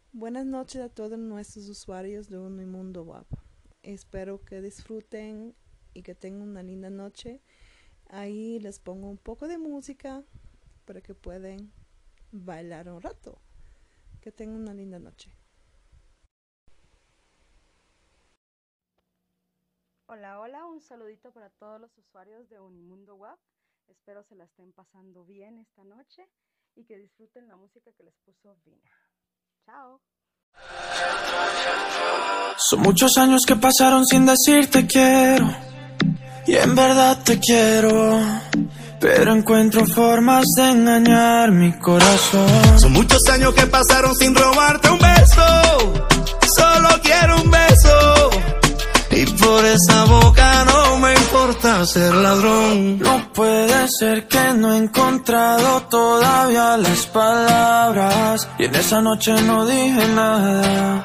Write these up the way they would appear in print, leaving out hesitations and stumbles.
Buenas noches a todos nuestros usuarios de Unimundo Web. Espero que disfruten y que tengan una linda noche. Ahí les pongo un poco de música para que puedan bailar un rato. Que tengan una linda noche. Hola, hola, un saludito para todos los usuarios de Unimundo Web. Espero se la estén pasando bien esta noche y que disfruten la música que les puso Vina. Chao. Son muchos años que pasaron sin decirte quiero, y en verdad te quiero, pero encuentro formas de engañar mi corazón. Son muchos años que pasaron sin robarte un beso, solo quiero un beso, y por esa boca no me importa ser ladrón. No puede ser que no he encontrado todavía las palabras, y en esa noche no dije nada.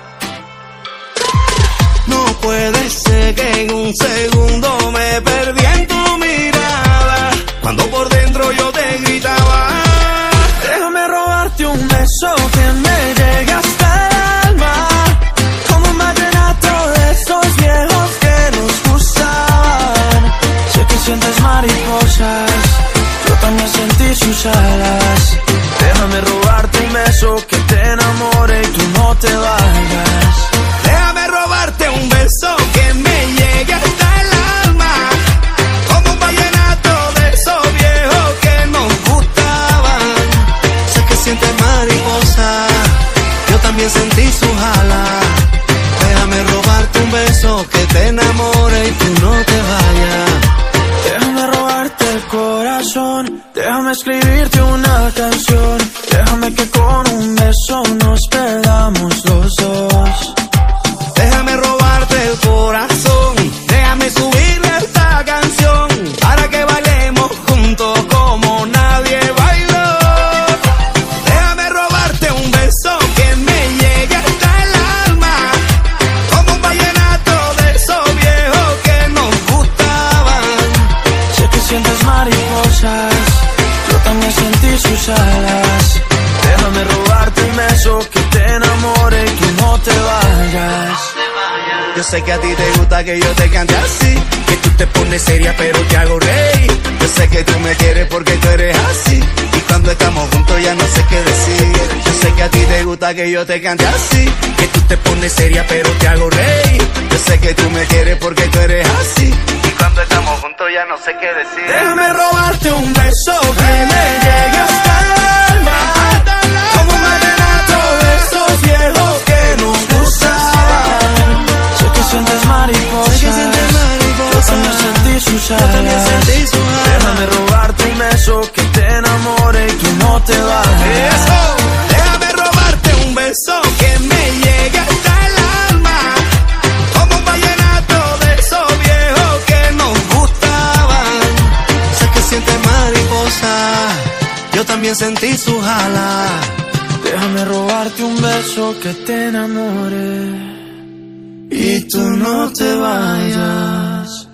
No puede ser que en un segundo me perdí en tu mirada, cuando por dentro yo te gritaba. Déjame robarte un beso que me llegue hasta el alma, como un vallenato de esos viejos que nos gustaban. Sé que sientes mariposas, yo también sentí sus alas. Déjame robarte un beso que te enamore y tú no te vayas. Déjame robarte un beso que me llegue hasta el alma, como un vallenato de esos viejos que nos gustaban. Sé que sientes mariposa, yo también sentí sus alas. Déjame robarte un beso que te enamore y tú no te vayas. Déjame robarte el corazón, déjame escribirte una canción, déjame que con un beso nos perdamos los dos. Déjame robarte el corazón, déjame subirle esta canción, para que bailemos juntos como nadie bailó. Déjame robarte un beso que me llegue hasta el alma, como un vallenato de esos viejos que nos gustaban. Sé que sientes mariposas, yo también sentí sus alas. Déjame robarte un beso que te enamore y tú no te vayas. Yo sé que a ti te gusta que yo te cante así, que tú te pones seria pero te hago reír. Yo sé que tú me quieres porque tú eres así, y cuando estamos juntos ya no sé qué decir. Yo sé que a ti te gusta que yo te cante así, que tú te pones seria pero te hago reír. Yo sé que tú me quieres porque tú eres así, y cuando estamos juntos ya no sé qué decir. Déjame robarte un beso que me llegue hasta el alma, como un vallenato de esos viejos que nos gustaban. Sé que sientes mariposas, yo también sentí sus alas. Déjame robarte un beso que te enamore y tú no te vayas. Eso. Déjame robarte un beso que me llegue hasta el alma, como un vallenato de esos viejos que nos gustaban. Sé que sientes mariposa, yo también sentí sus alas. Déjame robarte un beso que te enamore y tú no te vayas.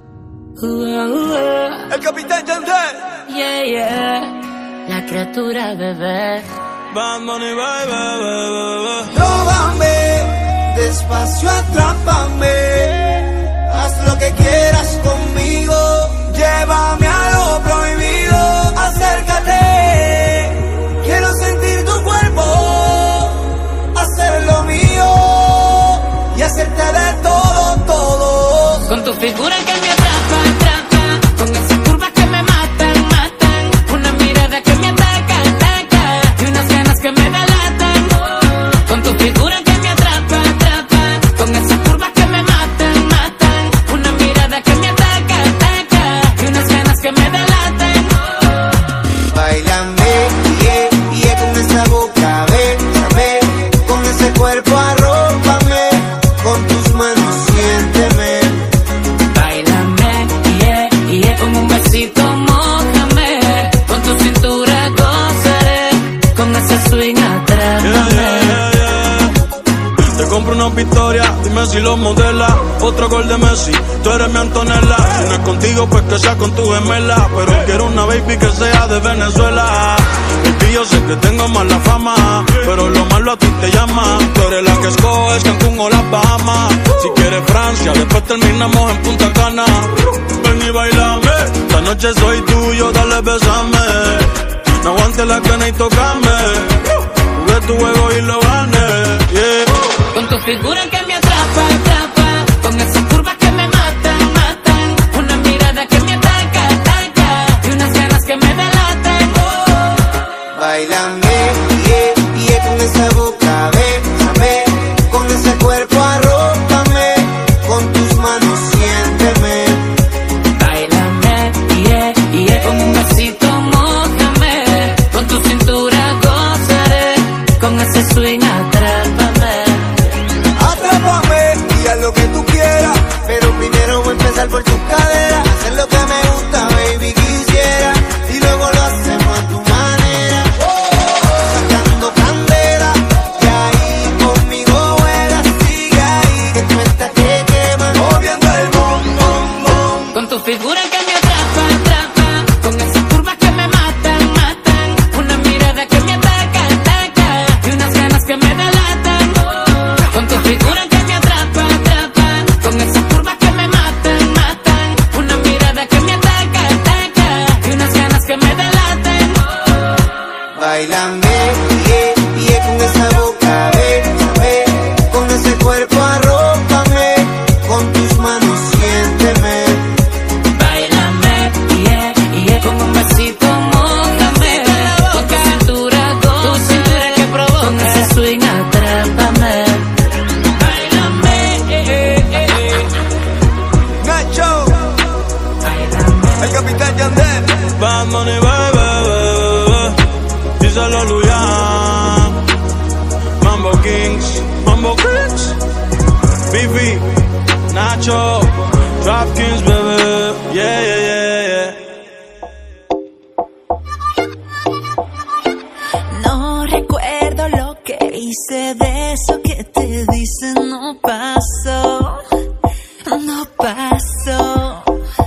El capitán Yandel. Yeah, yeah. La criatura bebé. Bad Bunny, baby. Róbame, despacio atrápame, haz lo que quieras conmigo, llévame a lo prohibido, acércate, quiero sentir tu cuerpo, hacer lo mío y hacerte de todo, todo. Con tu figura que me atrapa, atrapa, con esas curvas que me matan, matan, una mirada que me ataca, ataca, y unas ganas que me delatan. Con tu figura que me atrapa, atrapa, con esas curvas que me matan, matan, una mirada que me ataca, ataca, y unas ganas que me delatan. Báilame, yeah, con esa boca, bésame, con ese cuerpo arrópame, con tus manos siénteme. Báilame, yeah, con un besito mójame, con tu cintura gozaré, con ese swing atrápame. Te compro una Victoria, dime si lo modela. Otro gol de Messi, tú eres mi Antonella. Si no es contigo, pues que sea con tu gemela. Pero quiero una baby que sea de Venezuela. Y yo sé que tengo mala fama, pero lo malo diablo a ti te llama. Tú eres la que escoges Cancún o las Bahamas. Si quieres Francia, después terminamos en Punta Cana. Ven y bailame, esta noche soy tuyo, dale besame. No aguantes la cana y tocame. Jugué tu juego y lo gané, yeah. Con tu figura que me atrapa, atrapa. Con esas curvas que me matan, matan. Una mirada que me ataca, ataca. Y unas ganas que me delatan, oh. Báilame, yeah, yeah, con esa boca, bésame. Con ese cuerpo arrópame. Con tus manos siénteme. Báilame, yeah, yeah. Con un besito mójame. Con tu cintura gozaré. Con ese swing atrápame. Atrápame y haz lo que tú quieras. Pero primero voy a empezar por tus caderas. Hacer lo que me gusta, baby, quisiera. Y luego lo hacemos a tu manera. Sacando candela. Y ahí conmigo juegas. Sigue ahí, que tú estás que quemas. Moviendo el bom, bom, bom. Con tu figura que me atrapa, atrapa. Con esas curvas que me matan, matan. Una mirada que me ataca, ataca. Y unas ganas que me delatan, oh. Con tu figura que me atrapa, atrapa. Con esas curvas que me matan, matan. Una mirada que me ataca, ataca. Y unas ganas que me delatan, oh. Báilame, yeah, yeah, con esa boca, bésame. Con ese cuerpo arrópame. Con tus manos siénteme. Báilame, yeah, yeah. Con un besito mójame. Con tu cintura que provoca. Con ese swing atrápame. Báilame, Nacho, el capitán Yandel. Bad Money, baby, díselo Luyan. Mambo Kings, Bibi, Nacho, Trap Kings, baby, yeah, yeah, yeah, yeah. No recuerdo lo que hice de eso que te dicen no pasó, no pasó.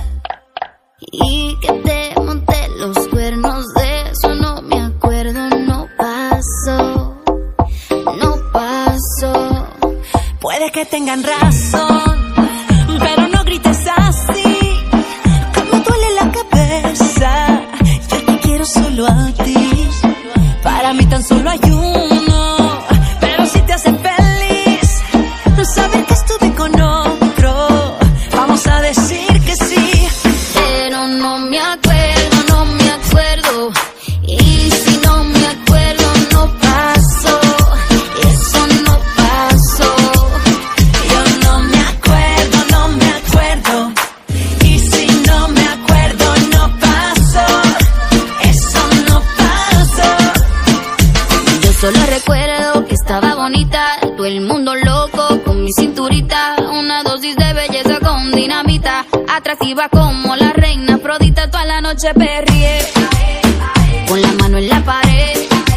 Y que te monté los cuernos de eso no me acuerdo, no pasó, no pasó. Puede que tengan razón, pero no grites así, como duele la cabeza. Yo te quiero solo a ti, para mí tan solo hay uno. Pero si te hace feliz saber que estuve con otro, vamos a decir que sí. Pero no me acuerdo, no me acuerdo. Y si no me acuerdo, no pasó. Eso no pasó. Yo no me acuerdo, no me acuerdo. Y si no me acuerdo, no pasó. Eso no pasó. Yo solo recuerdo que estaba bonita, todo el mundo loco con mi cinturita. Una dosis de belleza con dinamita, atractiva como la reina Afrodita. Toda la noche perrié, con la mano en la pared.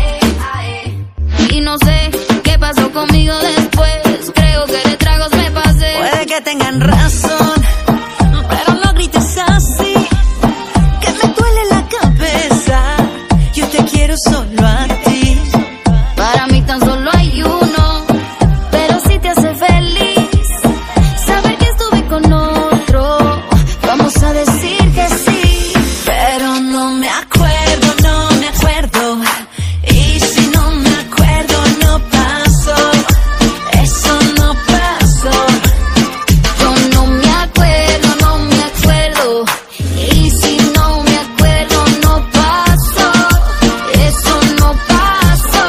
Y no sé qué pasó conmigo después, creo que de tragos me pasé. Puede que tengan razón, pero no grites así, que me duele la cabeza. Yo te quiero solo a ti, para mí tan solo hay uno. Pero si te hace feliz saber que estuve con otro, vamos a decir que sí. Pero no me acuerdo, no me acuerdo. Y si no me acuerdo, no pasó. Eso no pasó. Yo no me acuerdo, no me acuerdo. Y si no me acuerdo, no pasó. Eso no pasó.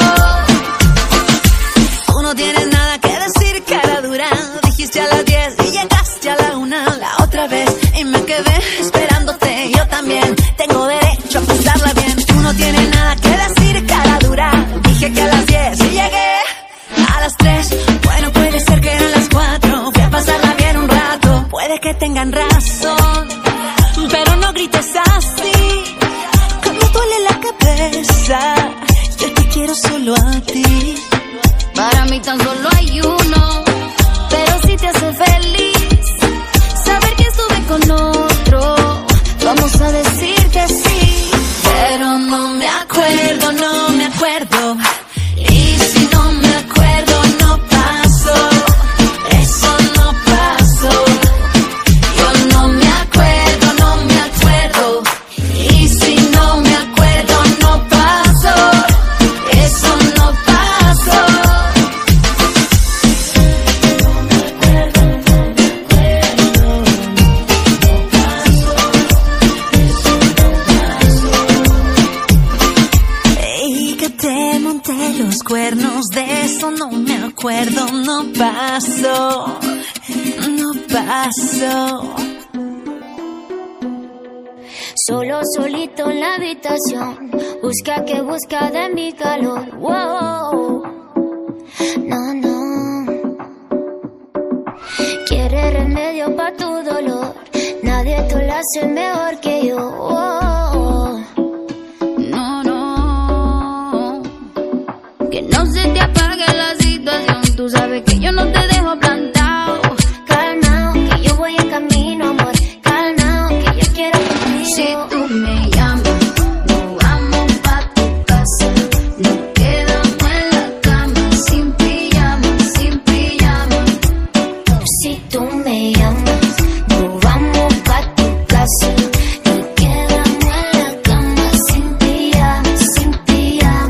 Tú no tienes nada que decir, cara dura. Dijiste a las 10 y llegaste a la 1 la otra vez. Y me quedé esperándote, yo también tengo derecho a pasarla bien. Tú no tienes nada que decir, cara dura. Dije que a las 10 y llegué a las 3. Bueno, puede ser que eran las 4. Fui a pasarla bien un rato. Puede que tengan razón, pero no grites así, que me duele la cabeza. Yo te quiero solo a ti, para mí tan solo hay uno. Pero si te hace feliz saber que estuve con otro, vamos a decir que sí. Pero no me acuerdo, no me acuerdo. Y si no me conocernos, de eso no me acuerdo. No paso, no paso. Solo, solito en la habitación, busca que busca de mi calor. Wow, no, no. Quiere remedio pa' tu dolor, nadie te lo hace mejor que yo. Wow. No, no. Que no se te apague la situación, tú sabes que yo no te dejo plantado. Calmao, que yo voy en camino, amor. Calmao, que yo quiero contigo. Si tú me llamas, nos vamos pa' tu casa. Nos quedamos en la cama, sin pijama, sin pijama. Si tú me llamas, nos vamos pa' tu casa. Nos quedamos en la cama, sin pijama, sin pijama.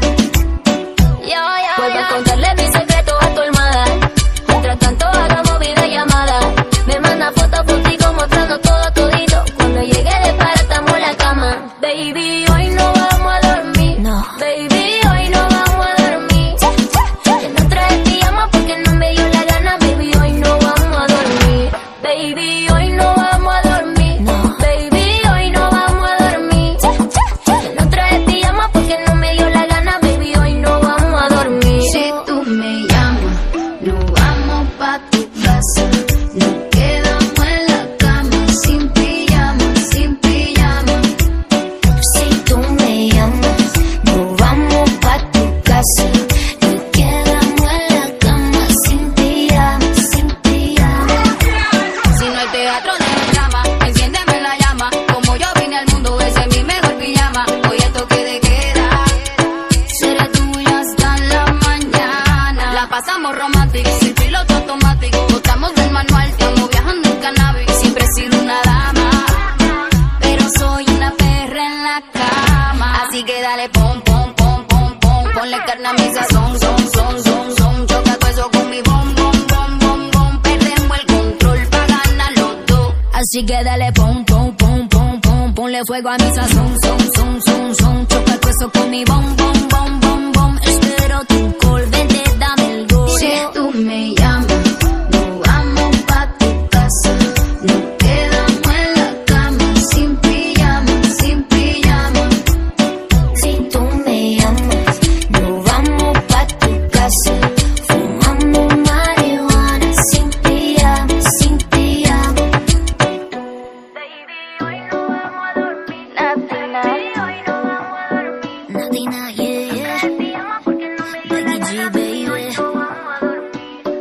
Vuelve a contarle mis secretos a tu almohada. Mientras tanto hagamos videollamada. Me manda fotos, fotico mostrando todo todito. Cuando llegue de para estamos en la cama. Baby, hoy no vamos a dormir. No. Baby, hoy no vamos a dormir. Que no traes pijama porque no me dio la gana. Baby, hoy no vamos a dormir. Baby, hoy no vamos a dormir. No. Baby, hoy no vamos a dormir. Que no traes pijama porque no me dio la gana. Baby, hoy no vamos a dormir. Si tú me llamas, nos vamos pa' tu casa. Nos quedamos en la cama, sin pijama, sin pijama. Si tú me llamas, nos vamos pa' tu casa. Nos quedamos en la cama, sin pijama, sin pijama. Si no hay teatro, no hay drama. Enciéndeme la llama. Como yo vine al mundo, ese es mi mejor pijama. Hoy el toque de queda. Seré tuya hasta la mañana. La pasamos romántica, sin piloto automático. Botamos del manual, estamos viajando en cannabis. Siempre he sido una dama, pero soy una perra en la cama. Así que dale pom, pom, pom, pom, pom. Ponle carne a mi sazón, son. Choca todo eso con mi bom, bom, bom, bom, bom. Perdemos el control pa' ganar los dos. Así que dale pom, pom, pom, pom, pom. Ponle fuego a mi sazón, son. Choca todo eso con mi bom, bom, bom, bom, bom. Espero tu call, vente, dame el gol. Si tú me llamas, nos vamos pa' tu casa. Nos quedamos en la cama, sin pijama, sin pijama. Si tú me llamas, nos vamos pa' tu casa. Fumamos marihuana, sin pijama, sin pijama. Baby, hoy no vamos a dormir. Latina, Hoy no vamos a dormir. Latina, yeah. Pijama porque no me dio la Becky G, gana. baby. No vamos a dormir.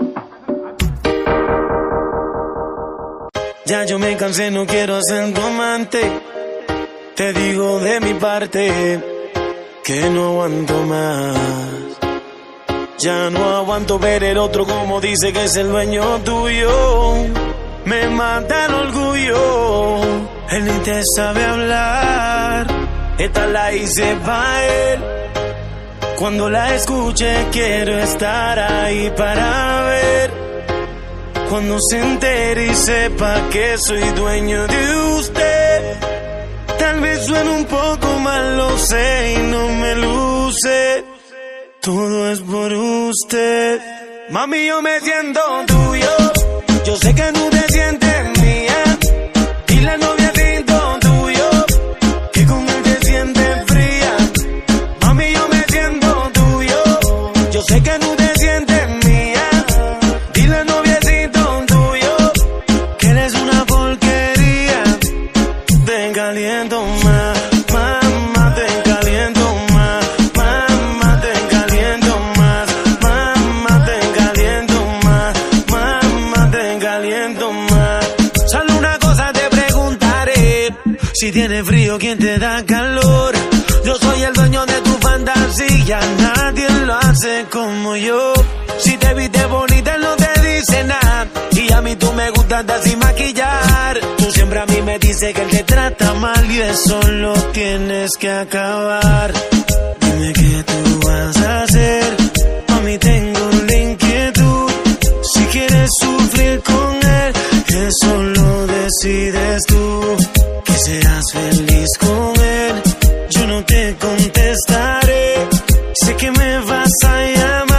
Ya yo me cansé, no quiero ser tu amante. Te digo de mi parte que no aguanto más. Ya no aguanto ver el otro como dice que es el dueño tuyo. Me mata el orgullo. Él ni te sabe hablar. Esta la hice pa' él. Cuando la escuche quiero estar ahí para ver. Cuando se entere y sepa que soy dueño de usted. Tal vez suene un poco mal, lo sé y no me luce. Todo es por usted. Mami, yo me siento tuyo. Yo sé que no te sientes mía. Y la novia siento tuyo, que con él te sientes fría. Mami, yo me siento tuyo. Yo sé que no te sientes mía. Dile noviecito tuyo que eres una porquería. Te caliento más, mamá, te caliento más. Mamá, te caliento más. Mamá, te caliento más. Mamá, te caliento más. Solo una cosa te preguntaré: si tienes frío, ¿quién te da calor? Yo soy el dueño de tu fantasía, nadie lo hace como yo. Si te viste bonita, él no te dice nada. Y a mí tú me gustas sin maquillar. Tú siempre a mí me dices que él te trata mal y eso lo tienes que acabar. Dime qué tú vas a hacer. Mami, tengo la inquietud. Si quieres sufrir con él, eso lo decides tú. Que seas feliz con él. Yo no te contestaré. Sé que me vas a llamar.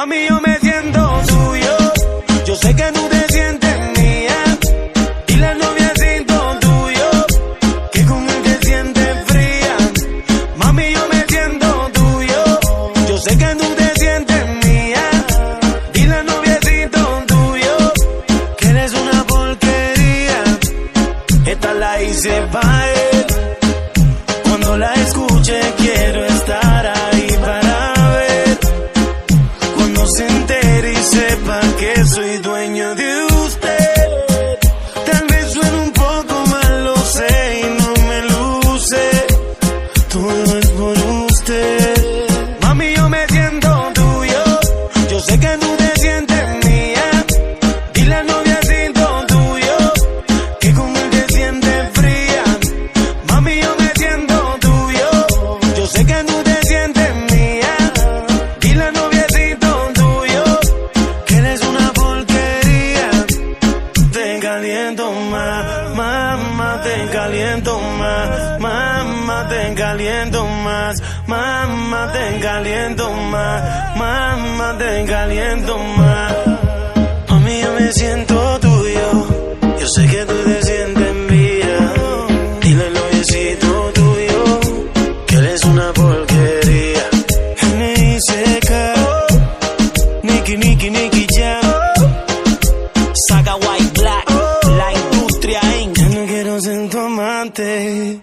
Mami, yo me siento tuyo. Yo sé que tú te sientes mía. Dile al noviecito tuyo que con él te sientes fría. Mami, yo me siento tuyo. Yo sé que tú te sientes mía. Dile al noviecito tuyo que eres una porquería. Esta la hice pa' él. Cuando la escuche quiero estar ahí para ver. Cuando se entere y sepa que soy dueño de usted. Tal vez suene un poco mal, lo sé, y no me luce. Todo es por usted. Mami, yo me siento tuyo. Yo sé que tú te sientes mía. Dile al noviecito tuyo que con él te sientes fría. Mami, yo me siento tuyo. Yo sé que tú te sientes mía. Dile al noviecito tuyo que eres una porquería. Te caliento más, mamá, te caliento más. Mamá, te caliento más. Mamá, te caliento más. Mamá, te caliento más. Mami, yo me siento tuyo. Yo sé que tú te sientes mía. Dile al noviecito tuyo que eres una porquería. N.I.C.K. Nicky, Nicky, Nicky Jam. Saga White Black. La industria Inc. Ya no quiero ser tu amante.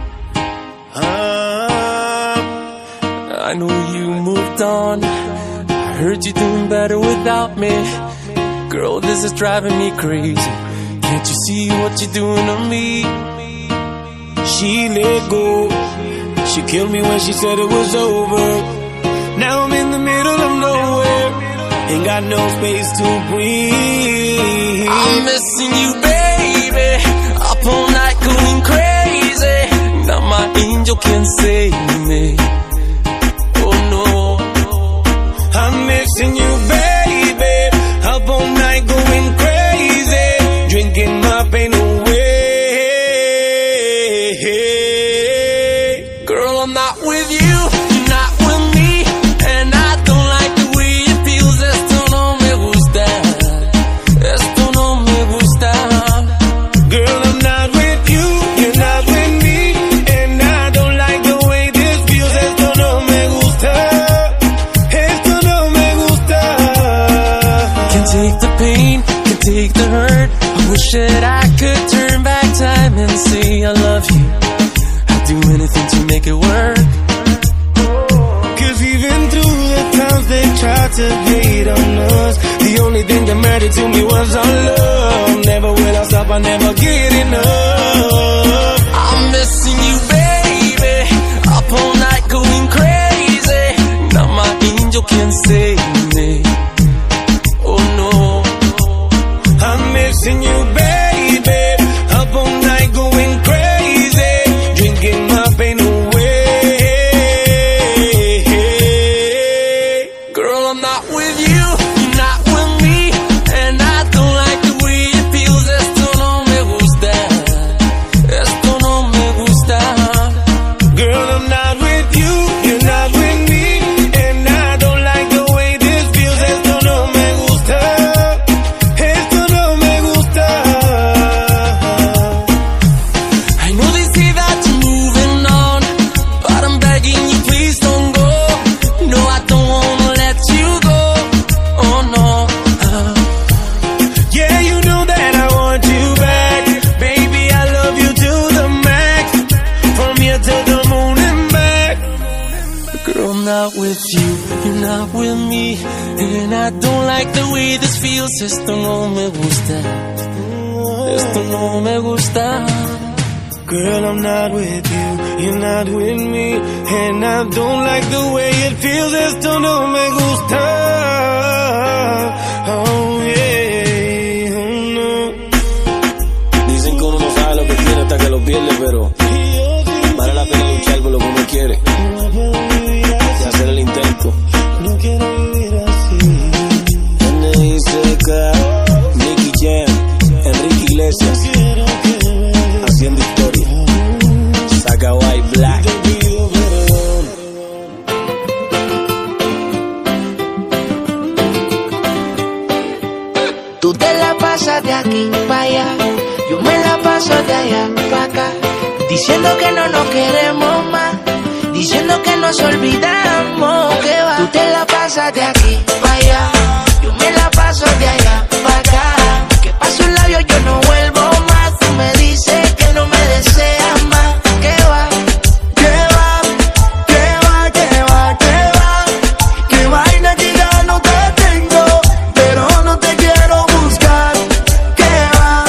I know you moved on. I heard you doing better without me. Girl, this is driving me crazy. Can't you see what you're doing to me? She let go. She killed me when she said it was over. Now I'm in the middle of nowhere. Ain't got no space to breathe. I'm missing you, baby. Up all night going crazy. Now my angel can save me. Oh no. I'm missing you, baby. Up all night going crazy. Drinking my pain away. Girl, I'm not with you, you're not with me. And I don't like the way it feels. Esto no me gusta. Esto no me gusta. Girl, I'm not with you, you're not with me. And I don't like the way this feels. Esto no me gusta. Esto no me gusta. Can take the pain, can take the hurt. I wish that I could turn back time and say I love you. I'd do anything to make it work. Cause even through the times they tried to hate on us, the only thing that mattered to me was our love. Never will I stop, I never get enough. I'm missing you, baby. Up all night going crazy. Now my angel can save me. Oh no. I'm missing you, baby. Up all night going crazy. Drinking my pain away. Girl, I'm not with you, you're not with me. And I don't like the way it feels. Esto no me gusta. Esto no me gusta. Girl, I'm not with you, you're not with me. And I don't like the way this feels. Esto no me gusta. Esto no me gusta. I know they say that you're moving on, but I'm begging you, please don't go. No, I don't wanna let you go. Oh no. Yeah, you know that I want you back. Baby, I love you to the max. From here to the moon and back. Girl, I'm not with you, you're not with me. And I don't like the way this feels. Esto no me gusta. Esto no me gusta. Girl, I'm not with you, you're not with me. And I don't like the way it feels. Esto no me gusta. Oh yeah, oh no. Dicen que uno no sabe lo que quiere hasta que lo pierde, pero vale la pena luchar por lo que uno quiere y hacer el intento. No quiero vivir así. N.I.C.K. Nicky Jam, Enrique Iglesias, haciendo historia. Saga White Black. allá pa' acá, diciendo que no nos queremos más, diciendo que nos olvidamos, que va. Tú te la pasas de aquí pa' allá, yo me la paso de allá pa' acá, que paso un labio yo no vuelvo más. Tú me dices que no me deseas más, que va. Que vaina que ya no te tengo, pero no te quiero buscar. Que va,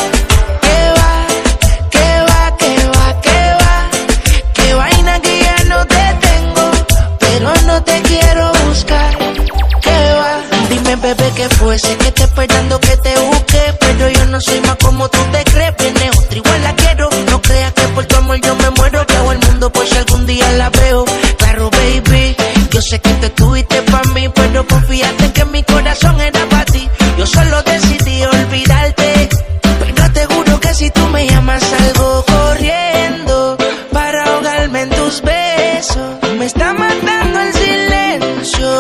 que vaina que ya no te tengo, pero no te quiero buscar. Que va. Dime bebé qué fue, sé que te esperando que te busque, pero yo no soy más como tú te crees. Viene otra igual la quiero, no creas que por tu amor yo me muero. Que hago el mundo por si algún día la veo. Claro baby, yo sé que te tuviste pa' mí, pero confiaste que mi corazón era pa' ti. Yo solo decidí olvidarte, pero te juro que si tú me llamas salgo corriendo para ahogarme en tus besos. Me está matando el silencio.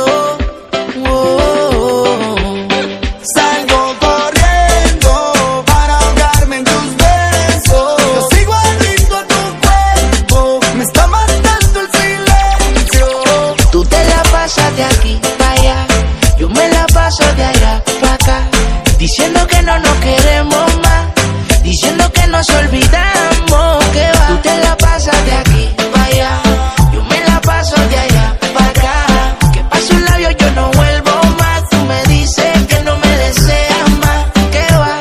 salgo corriendo para ahogarme en tus besos. Yo sigo adicto a tu cuerpo, me está matando el silencio. Tú te la pasas de aquí pa' allá, yo me la paso de allá pa' acá, diciendo que no nos queremos más, diciendo que nos olvidamos, que va. Tú te la pasas de aquí pa' allá, yo me la paso de allá pa' acá, que paso un labio yo no vuelvo más. Tú me dices que no me deseas más, que va.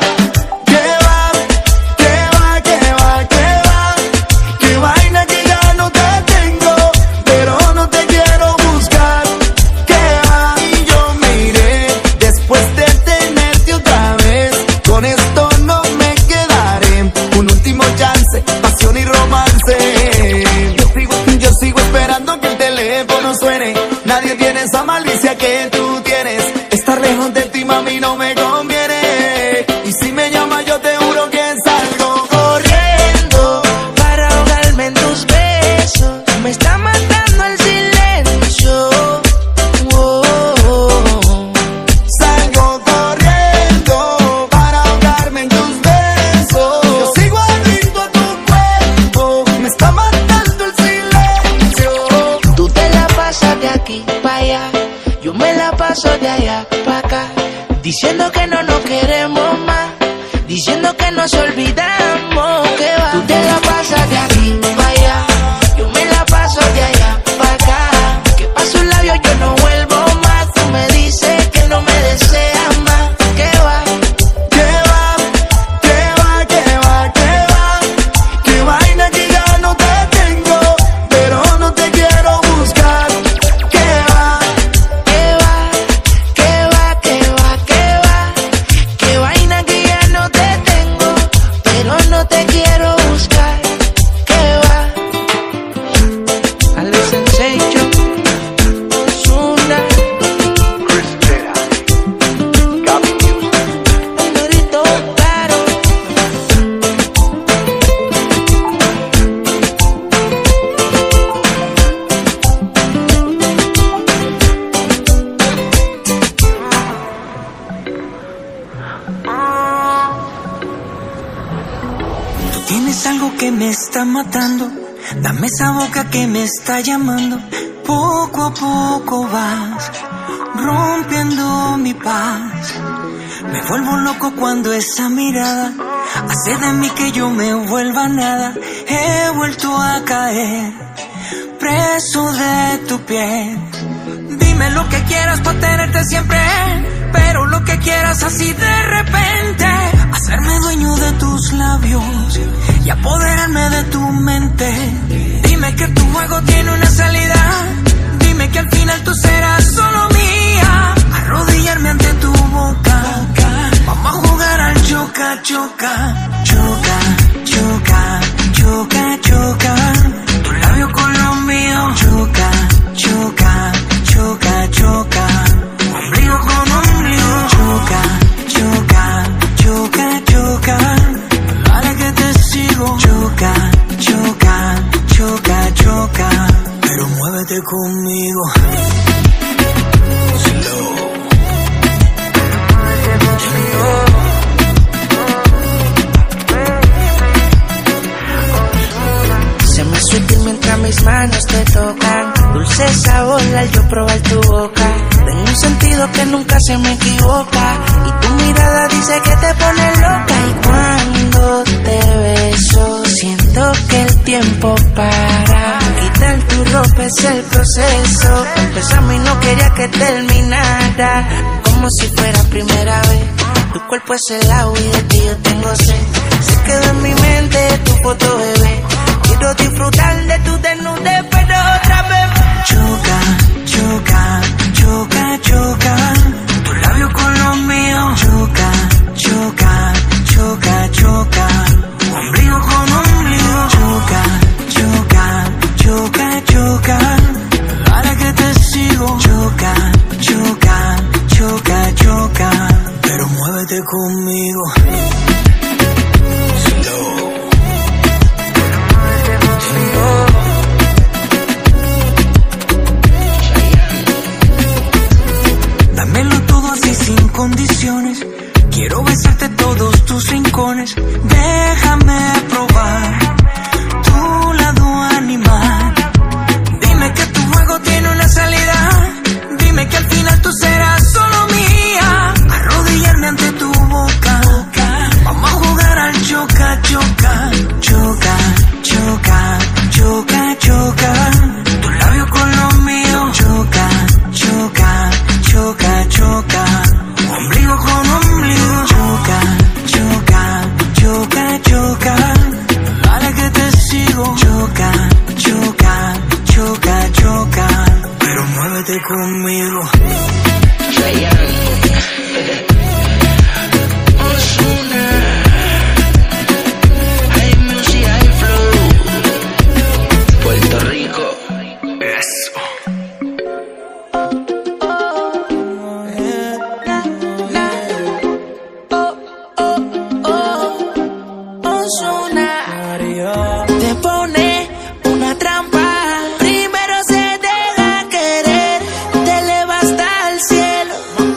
Que vaina que ya no te tengo, pero no te quiero buscar. Que va, y yo me iré después de tenerte otra vez. Con esto no me quedaré, un último chance, pasión y romance. Yo sigo esperando que el teléfono suene. Nadie tiene esa malicia que tú tienes. Estar lejos de ti, mami, no me conviene. Y si me llamas yo te juro que salgo Corriendo para ahogarme en tus besos, me está matando el silencio. Salgo corriendo para ahogarme en tus besos. Yo sigo adicto a tu cuerpo, me está matando el silencio. Tú te la pasas de aquí pa' allá, yo me la paso de allá pa' acá, diciendo que no nos queremos más, diciendo que nos olvidamos, que va. Tú te la pasas de aquí pa' allá, yo me la paso de allá pa' acá, que paso un labio yo no vuelvo más. Tú me dices que no me deseas más, que va. Que vaina que ya no te tengo, pero no te quiero buscar. Que va, que vaina que ya no te tengo, pero no te quiero buscar, que va. Alex Sensation, Ozuna, el dorito claro. Tú tienes algo que me está matando, dame esa boca que me está llamando. Poco a poco vas rompiendo mi paz. Me vuelvo loco cuando esa mirada hace de mí que yo me vuelva nada. He vuelto a caer preso de tu piel. Dime lo que quieras para tenerte siempre, pero lo que quieras así de repente. Hacerme dueño de tus labios y apoderarme de tu mente. Dime que tu juego tiene una salida, dime que al final tú serás solo mía. Arrodillarme ante tu boca, vamos a jugar al choca, choca, choca, choca, choca, choca. Tu labio con los míos, choca, choca, choca, choca. Ombligo con ombligo, choca, choca, choca, choca. Dale que te sigo, choca, choca, choca, choca. Pero muévete conmigo. Slow. mis manos te tocan. Dulce sabor al yo probar tu boca. Tengo un sentido que nunca se me equivoca. Y tu mirada dice que te pone loca. Y cuando te beso, siento que el tiempo para. Quitar tu ropa es el proceso. Empezamos y no quería que terminara. Como si fuera primera vez. Tu cuerpo es el agua y de ti yo tengo sed. Se quedó en mi mente tu foto, bebé. Quiero disfrutar de tu desnudez, pero otra vez. Choca, choca, choca, choca. Tu labio con los míos. Choca, choca, choca, choca. Ombligo con ombligo. Choca, choca, choca, choca. Ahora que te sigo. Choca, choca, choca, choca. Pero muévete conmigo. Dámelo todo así sin condiciones. Quiero besarte todos tus rincones. Déjame probar tu lado animal. Dime que tu juego tiene una salida. Dime que al final tú serás solo mía. Arrodillarme ante tu boca. Vamos a jugar al choca, choca. Choca, choca, choca, choca. Tu labio con los míos. Choca, choca, choca, choca. Ombligo con ombligo. Choca, choca, choca, choca. Dale que te sigo. Choca, choca, choca, choca. Pero muévete conmigo. Puerto Rico, eso. Te pone una trampa. Primero se deja querer. Te eleva hasta el cielo.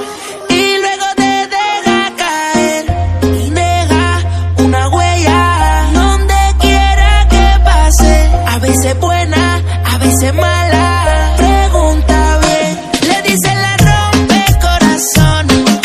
Y luego te deja caer. Y deja una huella donde quiera que pase. A veces buena, a veces mala. Pregunta bien. Le dice la rompe corazones.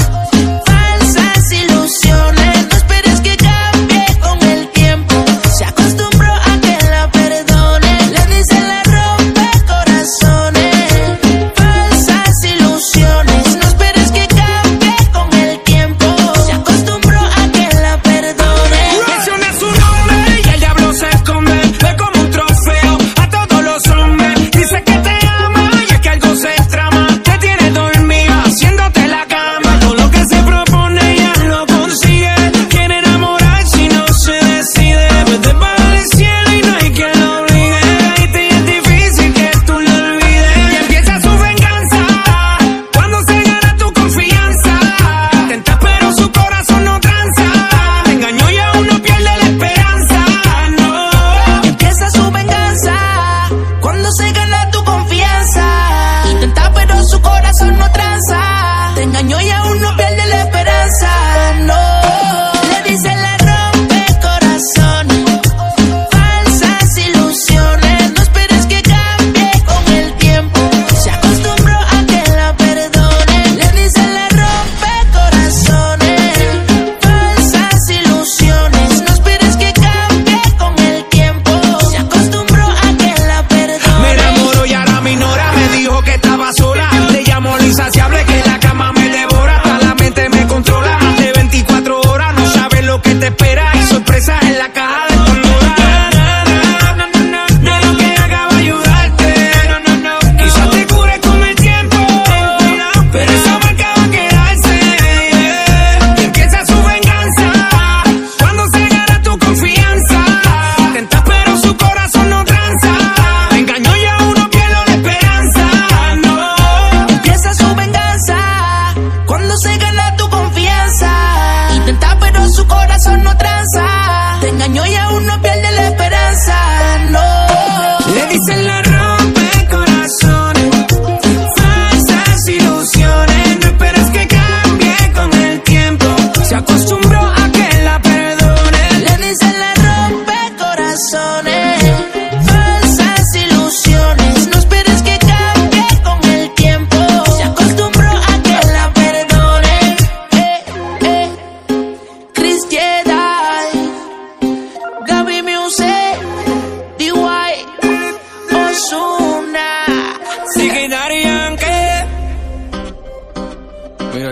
Falsas ilusiones. No esperes que cambie con el tiempo. Se acostumbró a que la perdone. Le dice la rompe corazones. Falsas ilusiones. No esperes que cambie con el tiempo. Se acostumbró a que la perdone. Menciona su nombre y el diablo se esconde. Ve como un trofeo a todos los hombres. Dice que te ama y es que algo se trama. Te tiene dormida haciéndote la cama. Todo lo que se propone ella lo consigue. Quiere enamorarse y no se decide. Vete para el cielo y no hay quien lo obligue. Y te es difícil que tú lo olvides. Y empieza su venganza cuando se gana tu confianza. Intentas pero su corazón no tranza. Te engañó y aún no pierde la esperanza. No. Empieza su venganza cuando se gana tu confianza. Intenta pero su corazón no tranza. Te engañó y aún no pierde la esperanza. No. Le dice la rompe corazones. Falsas ilusiones. No esperes que cambie con el tiempo. Se acostumbró a que la perdone. Le dice la rompe corazones. Falsas ilusiones. No esperes que cambie con el tiempo. Se acostumbró a que la perdone. Me enamoró y ahora me ignora. Me dijo que estaba sola. Le llamo lo insaciable que la cama me devora. Hasta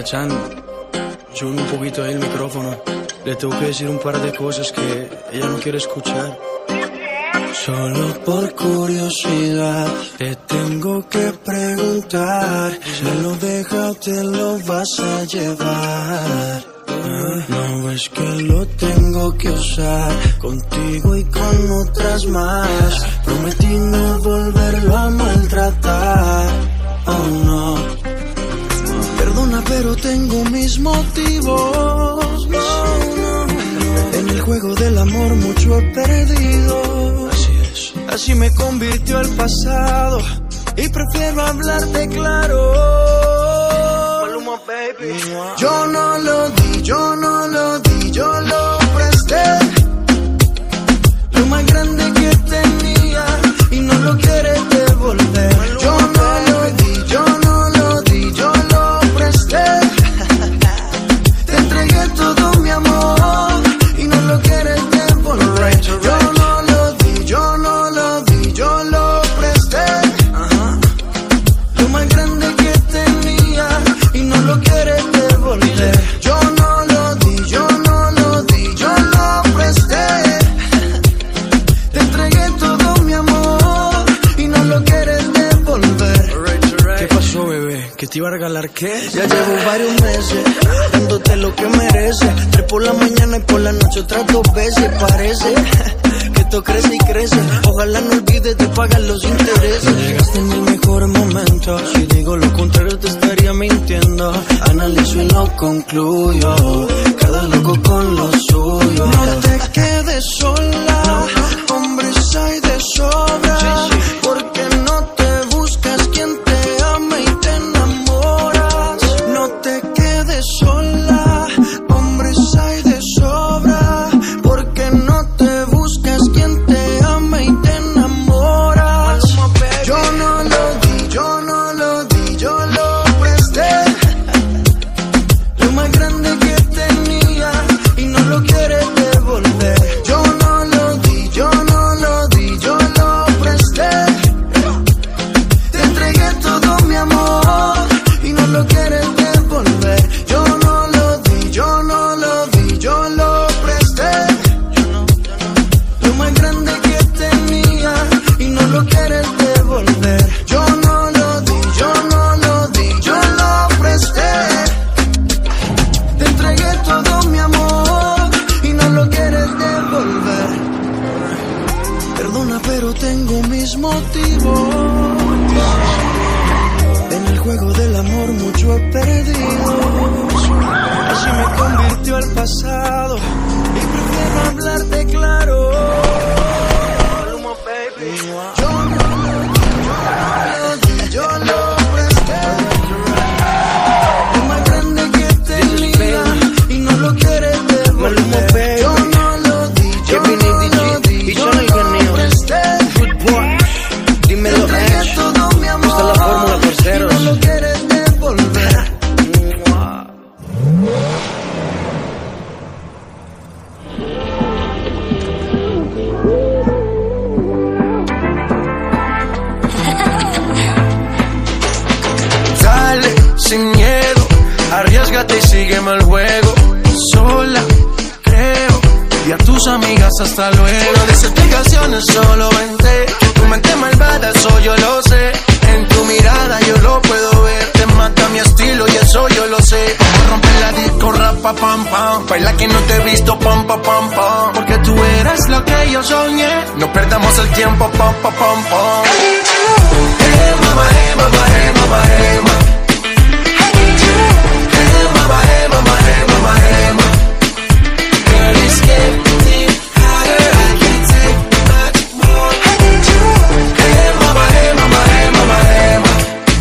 Mira, Chan, sube un poquito ahí el micrófono. Le tengo que decir un par de cosas que ella no quiere escuchar. Solo por curiosidad te tengo que preguntar, ¿me lo deja o te lo vas a llevar? No ves que lo tengo que usar contigo y con otras más. Prometí no volverlo a maltratar. Oh no. Perdona, pero tengo mis motivos. En el juego del amor mucho he perdido. Así es. Así me convirtió el pasado y prefiero hablarte claro. Maluma, baby. Yo no lo di, yo no lo di, yo lo presté. Lo más grande que tenía y no lo quieres devolver. Yo no lo di, yo no lo di, yo lo presté. Te entregué todo mi amor y no lo quieres devolver. Yo no lo di, yo no lo di, yo lo presté. Lo más grande que tenía y no lo quieres devolver. Yo no lo di, yo no lo di, yo lo presté. Te entregué todo mi amor y no lo quieres devolver. ¿Qué pasó, bebé? ¿Que te iba a regalar qué? Ya llevo varios meses dándote lo que mereces. 3 por la mañana y por la noche otras 2 veces. Parece que esto crece y crece. Ojalá no olvides de pagar los intereses. Llegaste en el mejor momento. Si digo lo contrario te estaría mintiendo. Analizo y lo concluyo. Cada loco con lo suyo. No te quedes sola. Hombres hay de sobra. Porque no te buscas quien te ama y te enamoras. No te quedes sola. Hombres hay de sobra. Porque no te buscas quien te ama y te enamoras. Yo no lo di, yo no lo di, yo lo presté. Lo más grande que tenía y no lo quieres devolver. Yo no lo di, yo no lo di, yo lo presté. Te entregué todo mi amor y no lo quieres devolver. Yo no lo di, yo no lo di, yo lo presté. Lo más grande que tenía y no lo quieres devolver. Yo no lo di, yo no lo di, yo lo presté. Te entregué todo mi amor y no lo quieres devolver. Perdona, pero tengo mis motivos. En el juego del amor mucho he perdido. Así me convirtió el pasado y prefiero hablarte claro. Maluma, baby. Yo no lo di, yo lo presté. Lo más grande que tenía y no lo quieres devolver. Yo no lo di, yo no lo di, yo lo presté. Dímelo, Ash. Todo mi amor. Esta es la fórmula, parceros. Y no lo quieres devolver. Dale, sin miedo, arriésgate y sígueme el juego. Sola, creo, y a tus amigas hasta luego. No des explicaciones, solo vente. Que tu mente malvada, eso yo lo sé. En tu mirada yo lo puedo ver. Te mata mi estilo y eso yo lo sé. Rompe la disco, rapa, pam, pam. Baila que no te he visto, pam, pam, pam, pam. Porque tú eres lo que yo soñé. No perdamos el tiempo, pam, pam, pam, pam. Hey, mama, hey, mama, hey, mama, hey, mama. Hey, mama, hey, mama, hey, mama, hey, mama. Girl, it's getting hotter, I can't take much more. Hey, mama, hey, mama, hey, mama, hey, mama.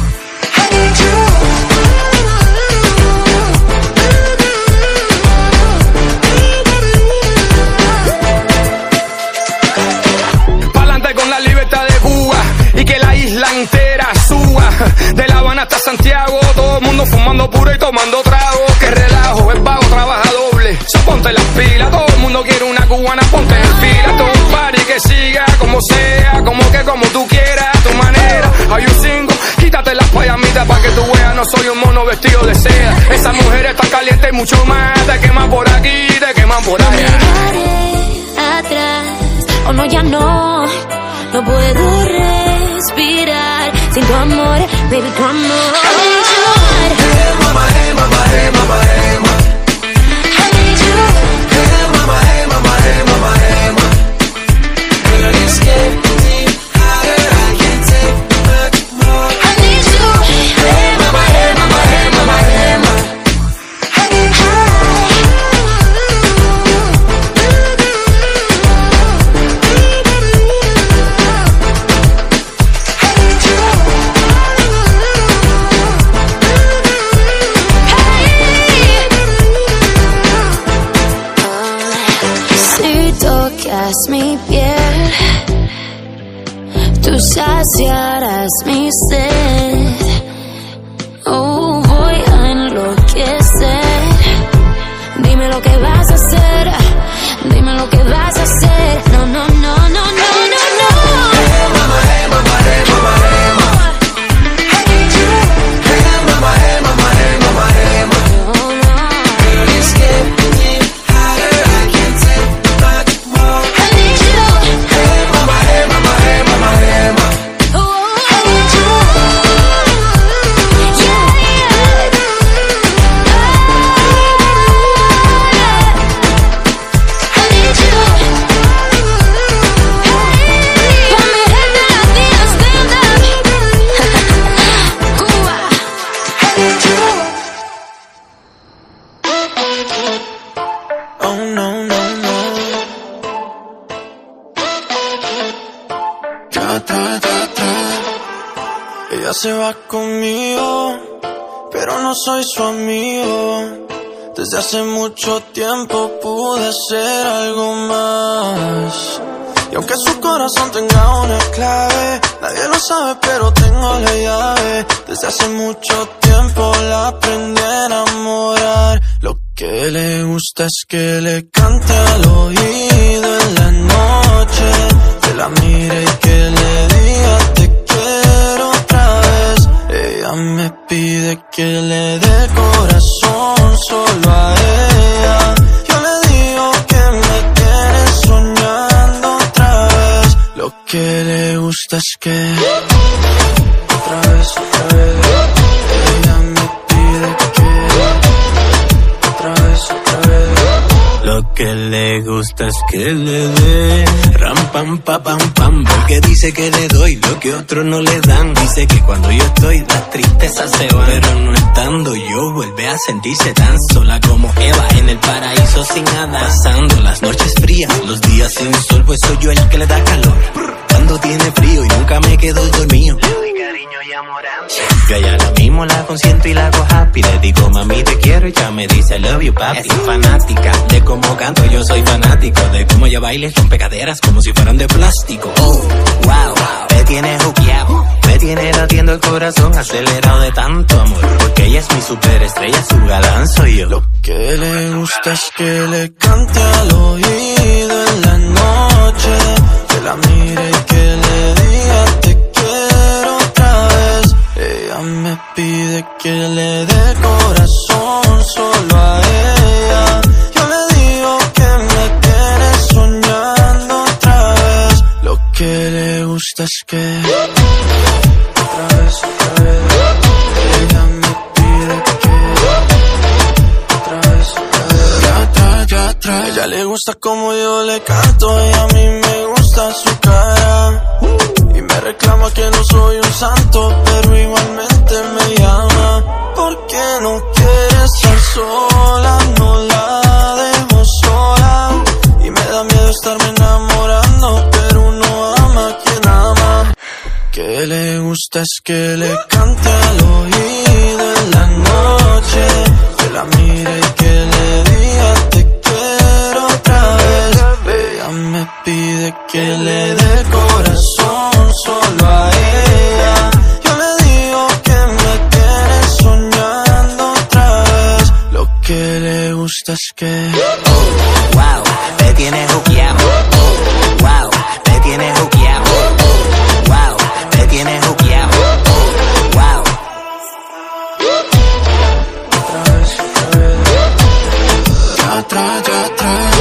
Pa'lante con la libertad de Cuba y que la isla entera suba. De La Habana hasta Santiago, todo el mundo fumando puro y tomando trago. Que relajo, el vago trabaja doble. So ponte las pilas, todo el mundo quiere una cubana, ponte en fila. Todo un party que siga como sea, como tú quieras, a tu manera. Hay un cinco, quítate las payamitas pa' que tu wea no no soy un mono vestido de seda. Esa mujer está caliente y mucho más. Te queman por aquí, te queman por allá. Miraré atrás, o no, ya no puedo respirar sin tu amor, baby, tu amor. I need you. Hey mama, hey mama, hey mama, hey mama. I need you. Hey mama, hey mama, hey mama, hey mama. Girl, it's getting deep hotter, I can't take much more. I need you. Hey mama, hey mama, hey mama, hey mama. I need you. Si tocas mi piel, tú saciarás mi sed. Oh, voy a enloquecer. Dime lo que vas a hacer. Dime lo que vas a hacer. No, no, no, no, no, no, no. Hey mama, hey mama, hey mama, hey mama. I need you. Hey mama, hey mama, hey mama, hey mama. Girl, it's getting deep hotter, I can't take much more. I need you. Hey mama, hey mama, hey mama, hey mama. I need you. Yeah, yeah. I need you. Pa' mi gente latina, stand up. Cuba. I need you. Oh no, no, no. Ella se va conmigo, pero no soy su amigo. Desde hace mucho tiempo pude ser algo más. Y aunque su corazón tenga una clave, nadie lo sabe, pero tengo la llave. Desde hace mucho tiempo la aprendí a enamorar. Lo que le gusta es que le cante al oído en la noche, que la mire y que le diga te quiero otra vez. Ella me pide que le dé corazón solo a ella. Yo le digo que me tiene soñando otra vez. Lo que le gusta es que otra vez ella me pide que otra vez. Lo que le gusta es que le dé ram pam pa pam pam, porque dice que le doy lo que otros no le dan. Dice que cuando yo estoy las tristezas se van, pero no estando yo vuelve a sentirse tan sola como Eva en el paraíso sin nada. Pasando las noches frías, los días sin sol, pues soy yo el que le da calor. Cuando tiene frío y nunca me quedo dormido, le doy cariño y amor. Yo a ella la mismo la consiento y la hago happy. Le digo mami te quiero y ya me dice I love you papi. Es fanática de cómo canto, yo soy fanático de cómo ella baila y rompe caderas como si fueran de plástico. Oh, wow, me tiene juqueado, me tiene latiendo el corazón acelerado de tanto amor, porque ella es mi superestrella, su galán soy yo. Lo que le gusta es que le cante al oído en la noche, que la mire y que le diga te quiero otra vez. Ella me pide que le dé corazón solo a ella. Yo le digo que me tiene soñando otra vez. Lo que le gusta es que otra vez ella me pide que otra vez. Ya atrás. Ella le gusta como yo le canto y a mí me gusta su cara. Y me reclama que no soy un santo, pero igualmente me llama. Porque no quiere estar sola, no la dejo sola. Y me da miedo estarme enamorando, pero uno ama a quien ama. Que le gusta es que le cante al oído en la noche, que la mire y que le diga te quiero otra vez. Ella me pide que le dé corazón solo a ella. Yo le digo que me tiene soñando otra vez. Lo que le gusta es que oh, wow, me tiene juqueado. Oh, wow, me tiene juqueado. Oh, wow, me tiene juqueado. Oh, wow. atrás, ya atrás.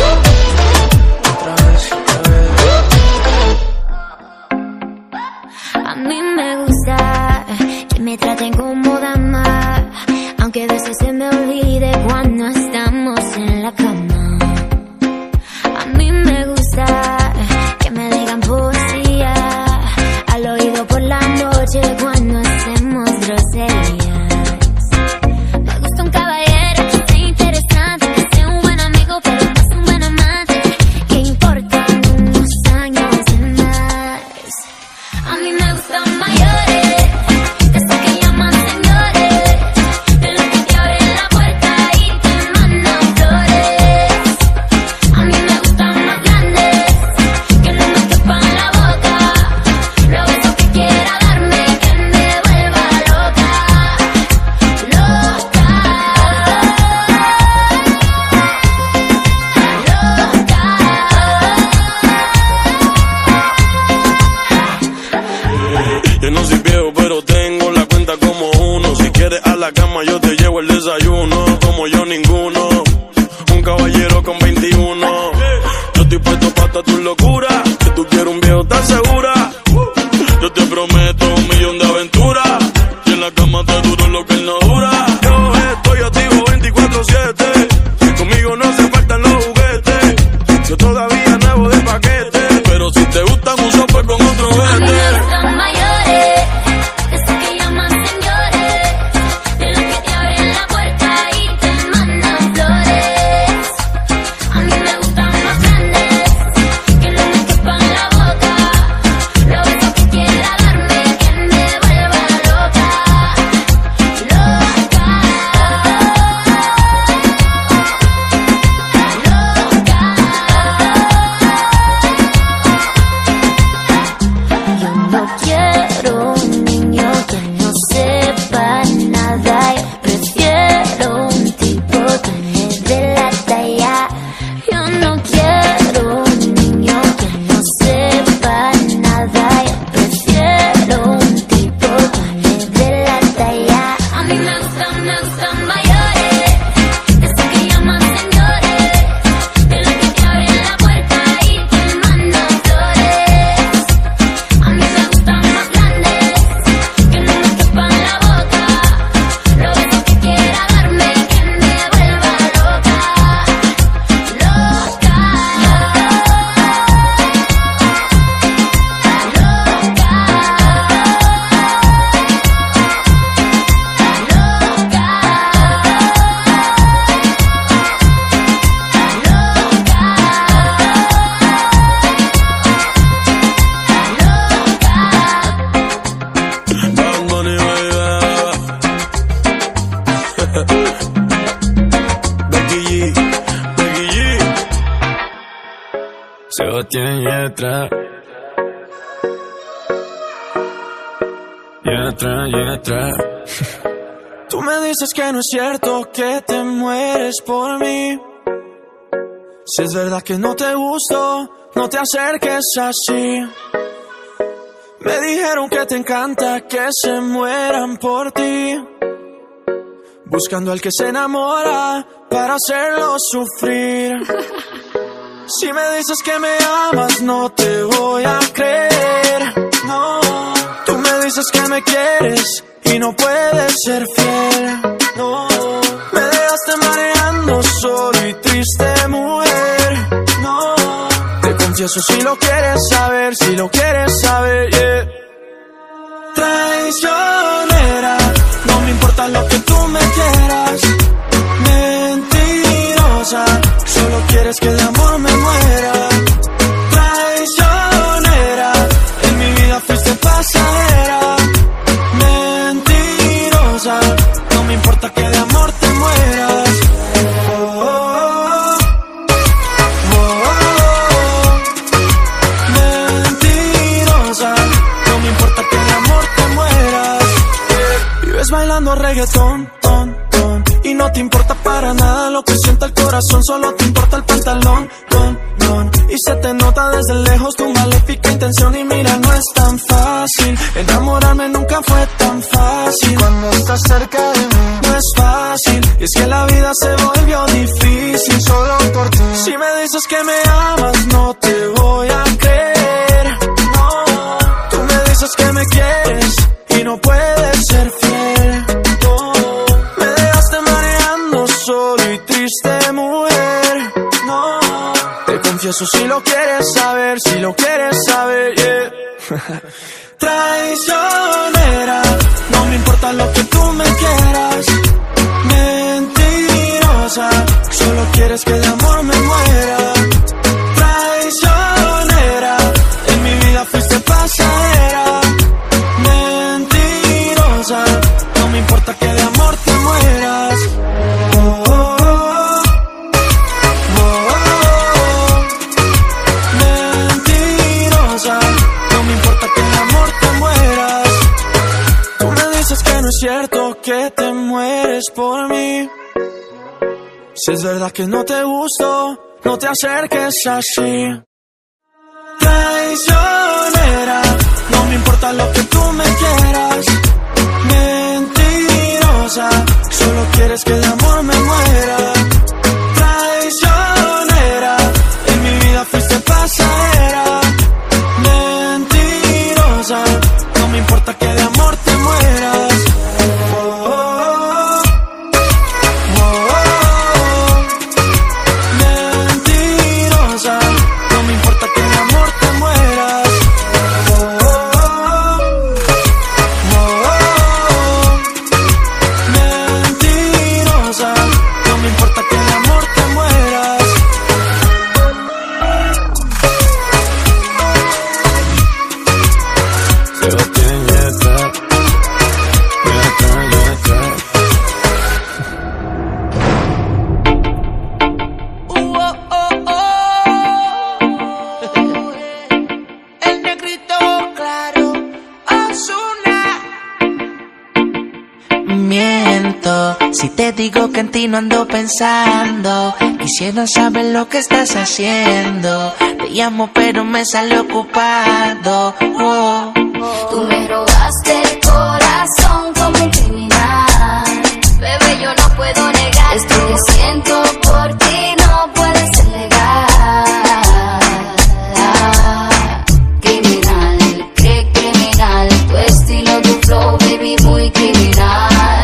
A mí me gusta que me traten como dama, aunque a veces se me olvide cuando estamos en la cama. A mí me gusta que me digan poesía al oído por la noche cuando hacemos groserías. Me gusta un caballero que sea interesante, que sea un buen amigo pero no es un buen amante, que importan unos años de más. A mí me gustan mayores, de esos que llaman señores, de los que te abren la puerta y te mandan flores. A mí me gustan más grandes, que no me quepan la boca, los besos que quiera darme, que me vuelva loca, loca, Yo no soy viejo, pero tengo la cuenta como uno. Si quieres a la cama, yo te llevo el desayuno. Como yo, ninguno. Un caballero con 21. Yo estoy puesto para tu locura. Que tú quieres un viejo, ¿estás segura? Yo te prometo 1.000.000 de aventuras. Y en la cama te duro lo que él no dura. Yo estoy activo 24/7. Conmigo no se faltan los juguetes. Yo todavía nuevo de paquete. Pero si te gustan un sope con otro vete. son mayores, de esos que llaman señores, de los que te abren la puerta y te mandan flores. A mí me gustan más grandes, que no me quepan la boca, los besos que quiera darme, que me vuelva loca, loca, Yo no quiero un niño que no sepa nada, yo prefiero un tipo que me dé la talla. Yo no quiero un niño que no sepa nada, yo prefiero un tipo que me dé la talla. A mí me gustan mayores, de esos que llaman señores, de los que te abren la puerta y te mandan flores. A mí me gustan más grandes, que no me quepan la boca, los besos que quiera darme, que me vuelva loca, loca, Bad Bunny, baby. Becky G, Becky G. Sebastián Yatra. Yatra. Tú me dices que no es cierto que te mueres por mí. Si es verdad que no te gusto, no te acerques así. Me dijeron que te encanta que se mueran por ti, buscando al que se enamora para hacerlo sufrir. Si me dices que me amas, no te voy a creer. No, tú me dices que me quieres y no puedes ser fiel. No, me dejaste mareando solo y triste, mujer. No, te confieso si lo quieres saber, yeah. Traicionera, no me importa lo que tú me quieras. Mentirosa, solo quieres que de amor me muera. Traicionera, en mi vida fuiste pasajera. Mentirosa, no me importa que de amor te mueras. Mentirosa, no me importa que de amor te mueras. Vives bailando reggaetón, y no te importa para nada lo que sienta el corazón, solo te importa el pantalón, y se te nota desde lejos tu maléfica intención. Y mira, no es tan fácil, enamorarme nunca fue tan fácil. Cuando estás cerca de mí, no es fácil, y es que la vida se volvió difícil. Solo dices que me amas, no te voy a creer. No, tú me dices que me quieres y no puedes ser fiel. No, me dejaste mareando solo y triste, mujer. No, te confieso si lo quieres saber, si lo quieres saber, yeah. Traicionera, no me importa lo que tú me quieras. Mentirosa, solo quieres que de amor me muera. Traicionera, en mi vida fuiste pasajera. Mentirosa, no me importa que de amor te mueras. Oh, oh, oh. Oh, oh, oh. Mentirosa, no me importa que de amor te mueras. Tú me dices que no es cierto que te mueres por mí. Si es verdad que no te gusto, no te acerques así. Traicionera, no me importa lo que tú me quieras. Mentirosa, solo quieres que de amor me muera. Traicionera, en mi vida fuiste pasajera. Mentirosa, no me importa que de amor te mueras. Si te digo que en ti no ando pensando, quisiera saber lo que estás haciendo. Te llamo pero me sale ocupado. Oh. Tú me robaste el corazón como un criminal. Bebé, yo no puedo negar esto que siento por ti, no puede ser legal. Criminal, qué criminal. Tu estilo, tu flow, baby, muy criminal.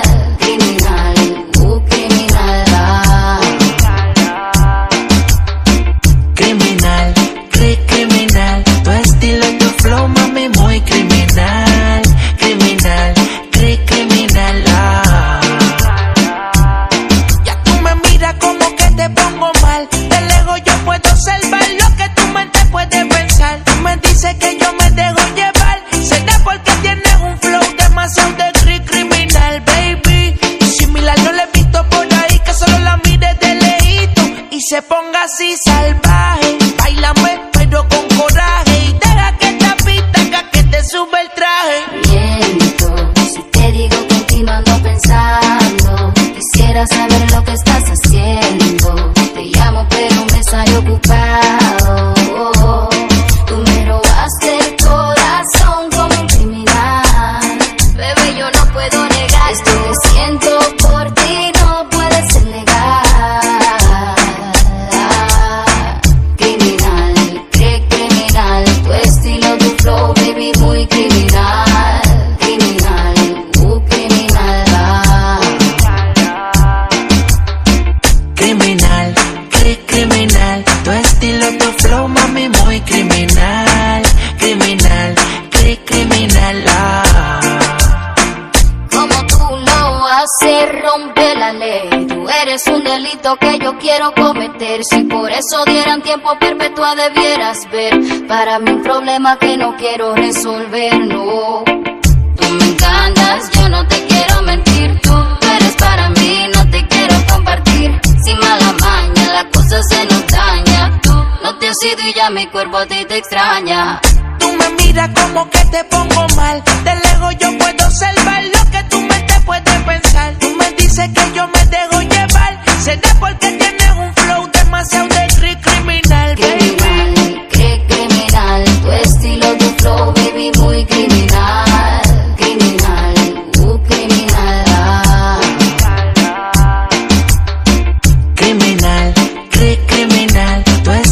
Se ponga así salvaje, bailame pero con coraje y deja que esta pista haga que te sube el traje. Miento, si te digo que en ti no ando pensando, quisiera saber lo que estás haciendo. Te llamo pero me sale ocupado. Oh, tú me robaste el corazón como un criminal. Bebé, yo no puedo negar esto que siento por ti, no puede ser legal. Muy criminal, criminal, criminal. Criminal, criminal. Tu estilo, tu flow, mami, muy criminal. Criminal, criminal. Como tú lo haces, rompe la ley. Tú eres un delito que yo quiero cometer. Si por eso dieran tiempo perpetua debieras ver. Para mí un problema que no quiero resolver, no. Tú me encantas, yo no te quiero mentir. Tú eres para mí, no te quiero compartir. Sin mala maña, la cosa se nos daña. Tú no te has ido y ya mi cuerpo a ti te extraña. Tú me miras como que te pongo mal. De lejos yo puedo observar lo que tu mente puede pensar. Tú me dices que yo me dejo llevar. Será porque tienes un flow demasiado de criminal, baby. Criminal, tu estilo, tu flow, baby, muy criminal. Criminal, criminal. Criminal, criminal. Tu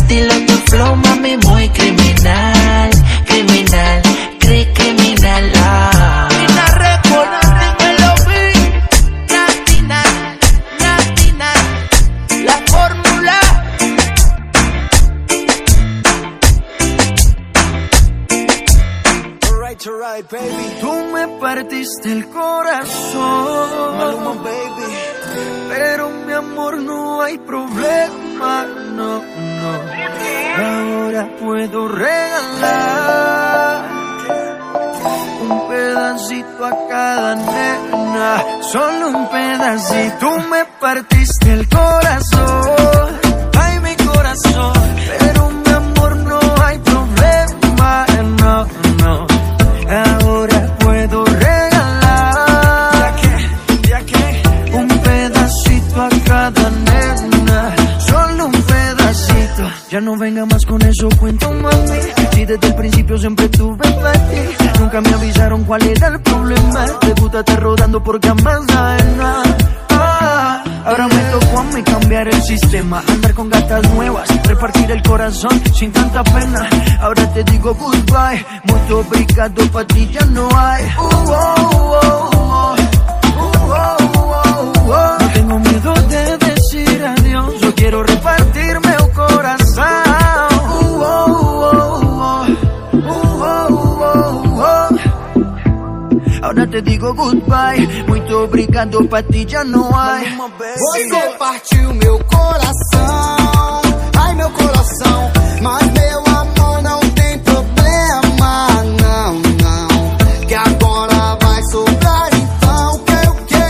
Worldwide, baby. Tú me partiste el corazón, Maluma, baby. pero mi amor no hay problema, no, no. Ahora puedo regalar un pedacito a cada nena, solo un pedacito. Tú me partiste el corazón, ay mi corazón, pero mi amor no hay problema, no, no. Ahora puedo regalar un pedacito a cada nena, solo un pedacito. Ya no venga más con eso, cuento mami. Si desde el principio siempre tuve para ti, nunca me avisaron cuál era el problema. Te gusta estar rodando por camas ajenas. Ahora me tocó a mí cambiar el sistema, andar con gatas nuevas, repartir el corazón sin tanta pena. Ahora te digo goodbye, muy obrigado, pa' ti ya no hay. No tengo miedo de decir adiós, yo quiero repartirme el corazón. Ahora te digo goodbye, muito obrigado, pa' ti já não há. Você partiu meu coração, ai meu coração, mas meu amor não tem problema, não, não. Que agora vai sobrar então o que?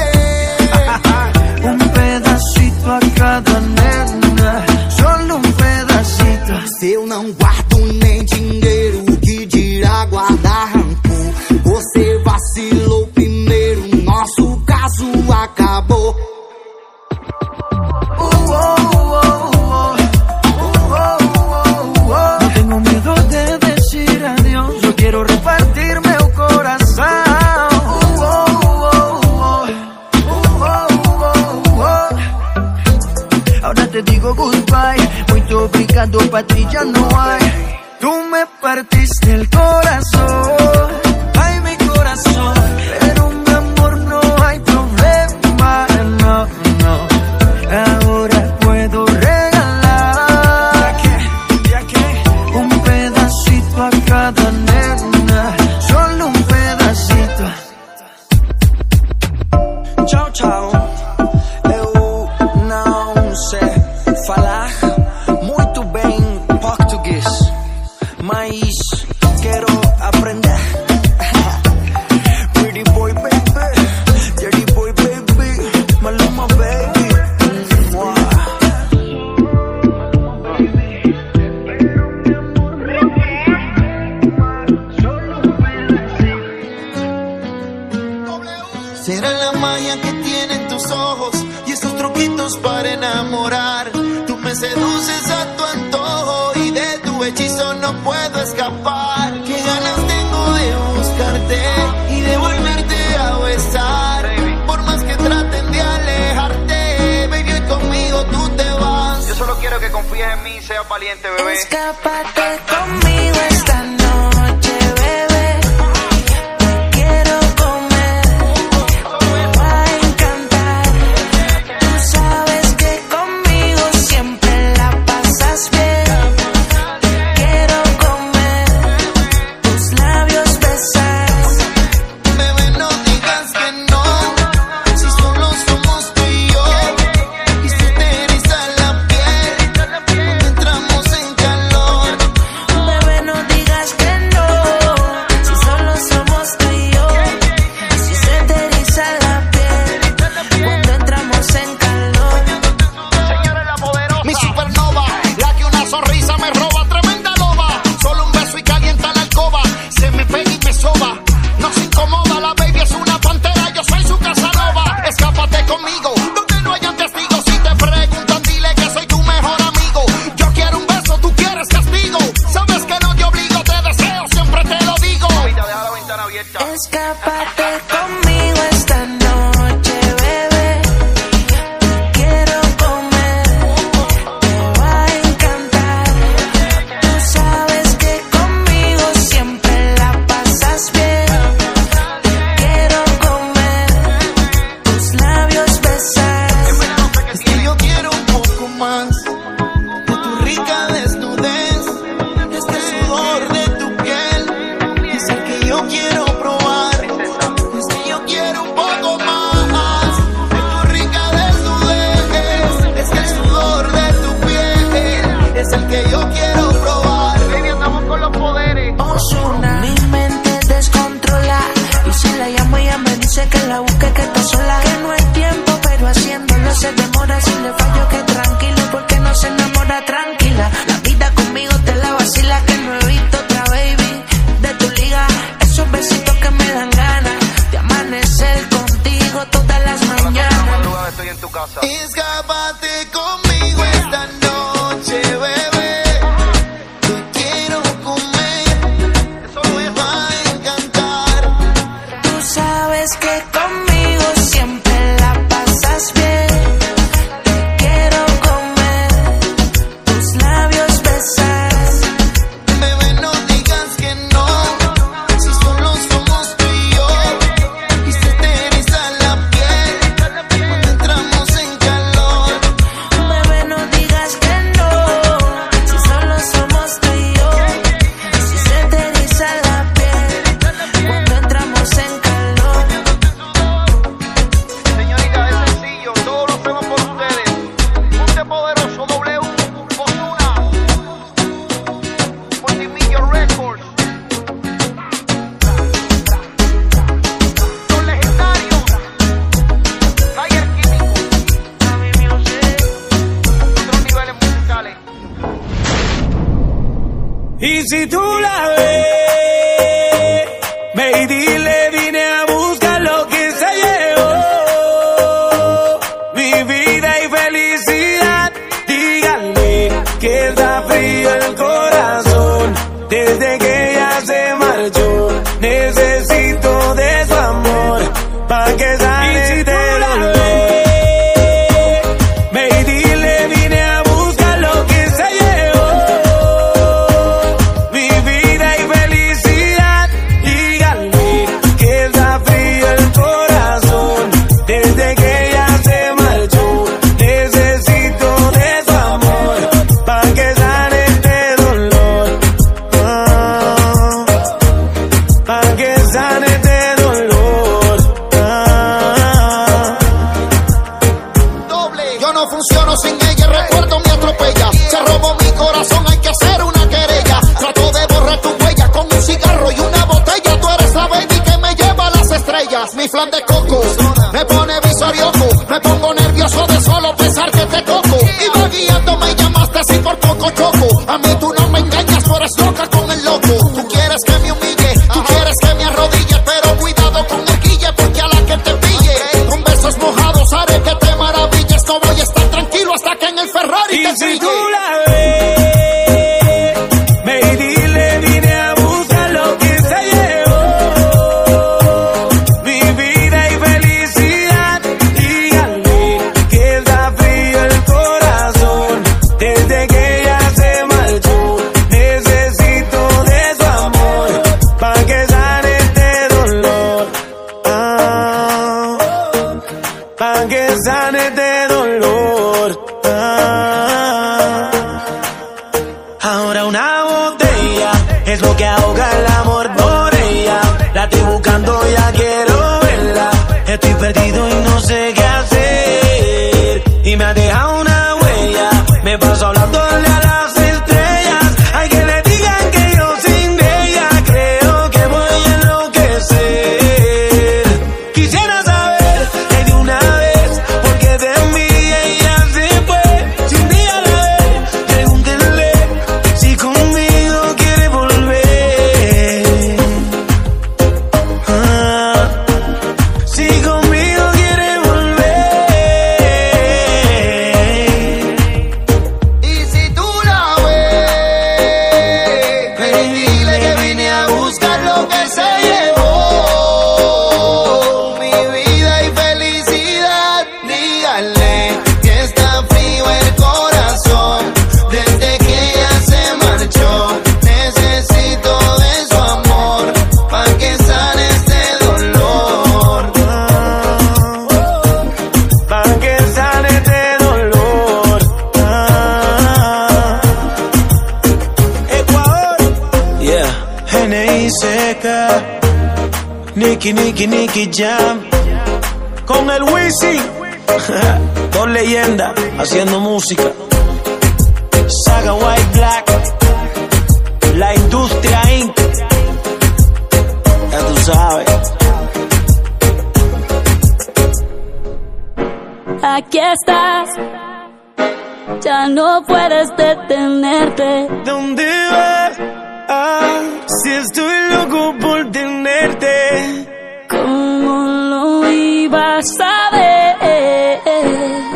Pedacito a cada nena, solo pedacito. Se eu não guardo nem dinheiro, que dirá guardar rancor? Você vacilou primeiro, nosso caso acabou. No tengo miedo de decir adiós, yo quiero repartirme el corazón. Ahora te digo goodbye, muito obrigado, pa' ti ya no hay. Tú me partiste el corazón, ay mi corazón, pero mi amor no hay problema, no, no. Ahora puedo regalar un pedacito a cada nena, solo un pedacito. Tchau, tchau. Eu não sei falar muito bem português, mas quero aprender. Pretty boy baby, dirty boy baby, Maluma baby. Será la magia que tienen tus ojos y esos truquitos para enamorar. Tú me seduces a tu antojo y de tu hechizo no puedo escapar. Qué ganas tengo de buscarte y de volverte a besar. Por más que traten de alejarte, baby, hoy conmigo tú te vas. Yo solo quiero que confíes en mí y seas valiente, bebé. Escápate conmigo esta noche, bebé. Te quiero comer, te va a encantar. Tú sabes que conmigo siempre la pasas bien. Quiero comer, tus labios besar. Bebé, no digas que no, si solo somos tú y yo. Y se te eriza la piel cuando entramos en calor. Bebé, no digas casa. Escápate conmigo esta noche, bebé. Te quiero comer. Eso no es va a encantar. Tú sabes que conmigo siempre la pasas bien. Te quiero comer. Tus labios besar. Bebé, no digas que no. Si solo somos tú y yo. Y se te eriza la piel cuando entramos en calor. Bebé, no digas que no. Si solo somos tú y yo. Si se te eriza la piel cuando entramos en calor. Señorita, es sencillo, todo lo hacemos por ustedes. Ponte poderoso, W, Ozuna, Multimillion Records. Los legendarios, Taller Químico, otros niveles musicales. Y si tú la ves, ve y dile, vine a buscar lo que se llevó. Mi vida y felicidad, díganle que está frío el corazón. Desde que ella se marchó, necesito de su amor, pa' que sane de dolor. Ve y dile, vine a buscar lo que se llevó. Mi vida y felicidad, díganle que está frío el corazón. Desde que ella se marchó, necesito de su amor, pa' que sane este dolor. Pa' que sane este dolor. Doble. Yo no funciono sin ella, recuerdo me atropella. Se robó mi corazón, hay que hacer una querella. Trato de borrar tu huella con un cigarro y una botella. Tú eres la baby que me lleva a las estrellas. Mi flan de coco me pone visorioco. Me pongo nervioso de solo pensar que te toco. Iba guiando, me llamaste así por poco choco. A mí tú no me engañas, tú eres loca con el loco. Tú quieres que me humille, tú quieres que me arrodille, pero cuidado con el guille, porque a la que te pille con besos mojados haré que te maravilles. No voy a estar tranquilo hasta que en el Ferrari Y te si pille. tú la ves, ve y dile, vine a buscar lo que se llevó. Mi vida y felicidad, díganle que está frío el corazón. Desde que ella se marchó, necesito de su amor, pa' que sane este dolor. Pa' que sane este dolor. Ahora una botella es lo que ahoga el amor por ella. La estoy buscando, ya quiero verla. Estoy perdido y no sé qué hacer. Y me ha dejado una huella. Me paso hablándole a las estrellas. Hay que le digan que yo sin ella creo que voy a enloquecer. Quisiera saber que de una vez, porque de mí ella se fue. Si un día la ve, pregúntenle si conmigo quiere volver. Si conmigo quiere volver. Y si tú la ves, ve y dile que vine a buscar lo que se llevó. Mi vida y felicidad, díganle que está frío el corazón. Desde que ella se marchó, necesito de su amor, pa' que sane este dolor. Pa' que sane este dolor. Ecuador. Yeah. NI seca. Nicky Jam. Con el Wisin. Dos leyendas haciendo música. Saga White Black. La Industria Inc. Ya tú sabes. Aquí estás, ya no puedes detenerte. ¿Dónde vas? Si estoy loco por tenerte. ¿Cómo lo ibas a ver?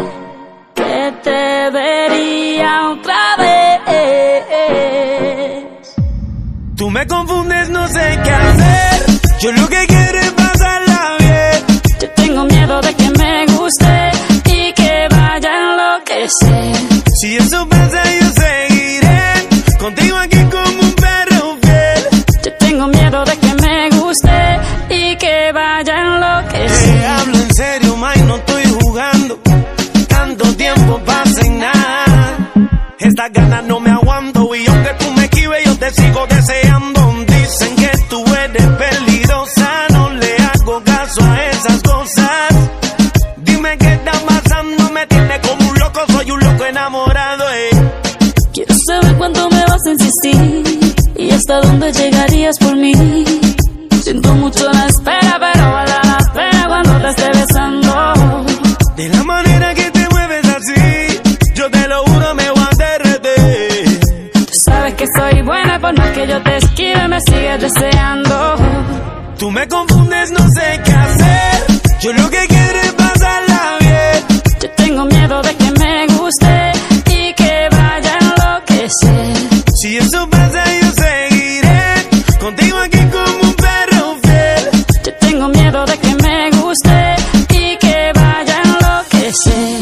me confundes, no sé qué hacer. Yo lo que quiero es pasarla bien. Yo tengo miedo de que me guste y que vaya a enloquecer. Si eso pasa yo seguiré contigo aquí como un perro fiel. Yo tengo miedo de que me guste y que vaya a enloquecer. Hablo en serio, May, no estoy jugando. Tanto tiempo pasa y nada. Estas ganas no me aguanto y aunque tú me esquives yo te sigo deseando. Dicen que tú eres peligrosa, no le hago caso a esas cosas. Dime qué está pasando, me tiene como un loco, soy un loco enamorado. Quiero saber cuánto me vas a insistir y hasta dónde llegarías por mí. Siento mucho la espera, pero vale la pena cuando te esté besando. De la manera que te mueves así, yo te lo juro me voy a derretir. Tú sabes que soy buena, por más que yo te esquive me sigues deseando. Tú me confundes, no sé qué hacer. Yo lo que quiero es pasarla bien. Yo tengo miedo de que me guste y que vaya a enloquecer. Si eso pasa yo seguiré contigo aquí como un perro fiel. Yo tengo miedo de que me guste y que vaya a enloquecer.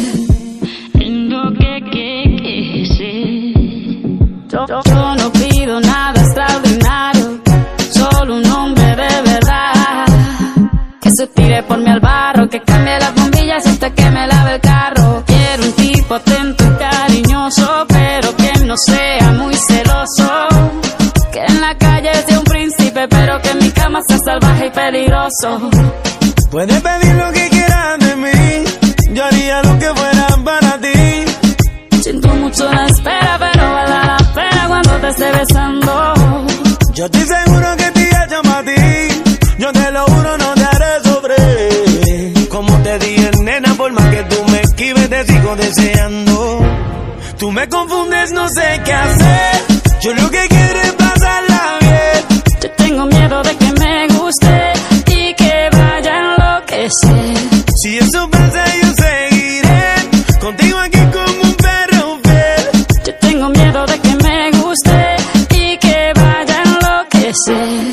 Yo no pido nada extraordinario, solo un hombre de verdad que se tire por mí al barro, que cambie las bombillas hasta que me lave el carro. Quiero un tipo atento y cariñoso, pero que no sea muy celoso, que en la calle sea un príncipe, pero que en mi cama sea salvaje y peligroso. Puedes pedir lo que quieras de mí, yo haría lo que fuera para ti. Siento mucho la espera, pero vale la pena cuando te esté besando. Yo estoy seguro que te llama a ti, yo te lo juro no te haré sufrir. Como te dije, nena, por más que tú me esquives te sigo deseando. Tú me confundes, no sé qué hacer. Yo lo que quiero es pasarla bien. Yo tengo miedo de que me guste y que vaya a enloquecer. Si eso pasa yo seguiré contigo aquí como un perro fiel. Yo tengo miedo de que me guste y que vaya a enloquecer.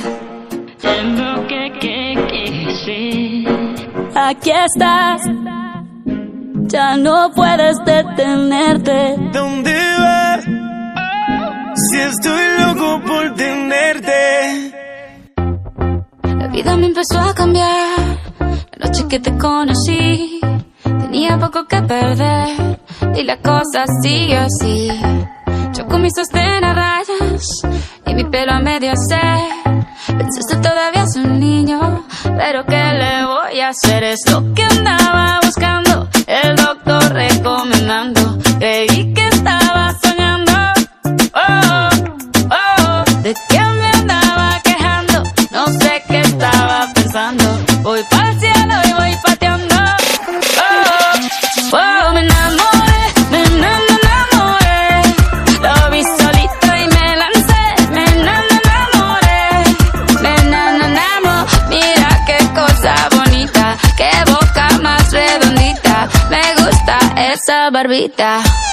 Aquí estás, ya no puedes detenerte. ¿Dónde vas? Si estoy loco por tenerte. La vida me empezó a cambiar la noche que te conocí. Tenía poco que perder y la cosa sigue así. Yo con mi sostén a rayas y mi pelo a medio hacer. Pensaste todavía es un niño, pero ¿qué le voy a hacer? Es lo que andaba buscando, el doctor recomendando. Creí que estaba soñando, oh, oh, de que me andaba quejando. No sé qué estaba pensando. Voy para el cielo y voy pateando, oh, oh, me enamoré, me enamoré. Lo vi solito y me lancé, me enamoré, me enamoré. Mira qué cosa bonita, qué boca más redondita. Me gusta esa barbita.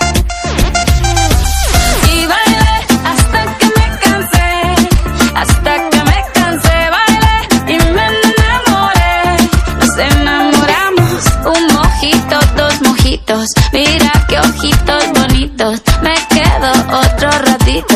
Y bailé hasta que me cansé, hasta que me cansé. Bailé y me enamoré. Nos enamoramos, un mojito, dos mojitos. Mira qué ojitos bonitos. Me quedo otro ratito.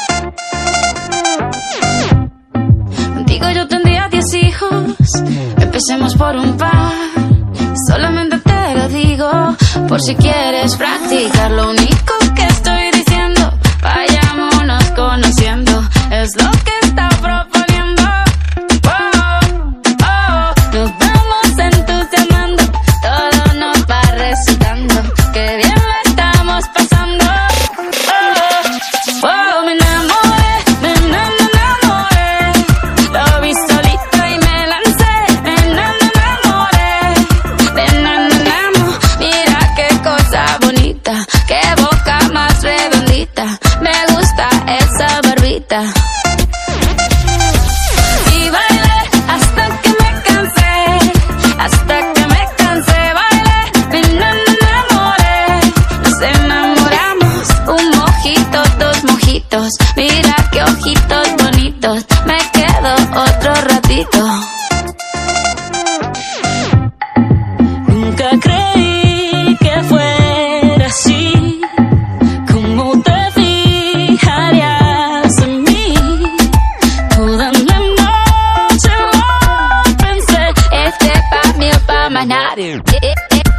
Contigo yo tendría 10 hijos. Empecemos por un par. Solamente te lo digo por si quieres practicar. Lo único que estoy diciendo, vayámonos conociendo. Es lo que está proponiendo. Oh, oh, nos vamos entusiasmando. Todo nos va resultando. Qué bien lo estamos pasando. Oh, oh, me enamoré, me enamoré. Lo vi solito y me lancé. Me enamoré, me enamoramos. Mira qué cosa bonita, qué boca más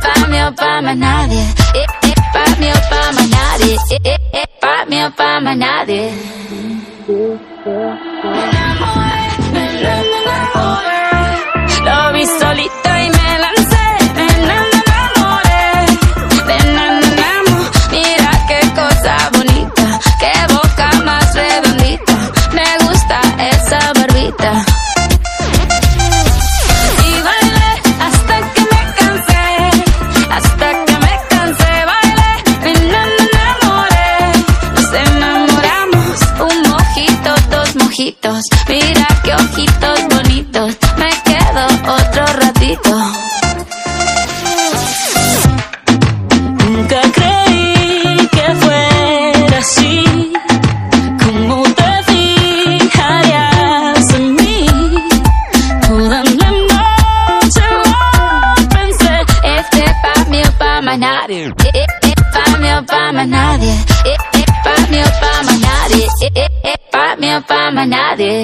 Pa' mí o pa' más nadie. Pa' mí o pa' más nadie. Pa' mí o pa' más nadie. Me enamoré. Lo vi solito y me lancé. Me enamoré. Me enamoré. Mira qué cosa bonita. Qué boca más redondita. Me gusta esa barbita. Y bailé hasta que me cansé. Hasta que me cansé. Bailé. Me enamoré. Nos enamoramos. Un mojito, dos mojitos. Mira qué ojitos bonitos. Me quedo otro ratito. Nunca creí que fuera así. ¿Cómo te fijarías en mí? Toda la noche lo pensé. Pa' mí o pa' más nadie. Pa' mí o pa' más nadie. Pa' mí o pa' más nadie. Pa' mí o pa' más nadie.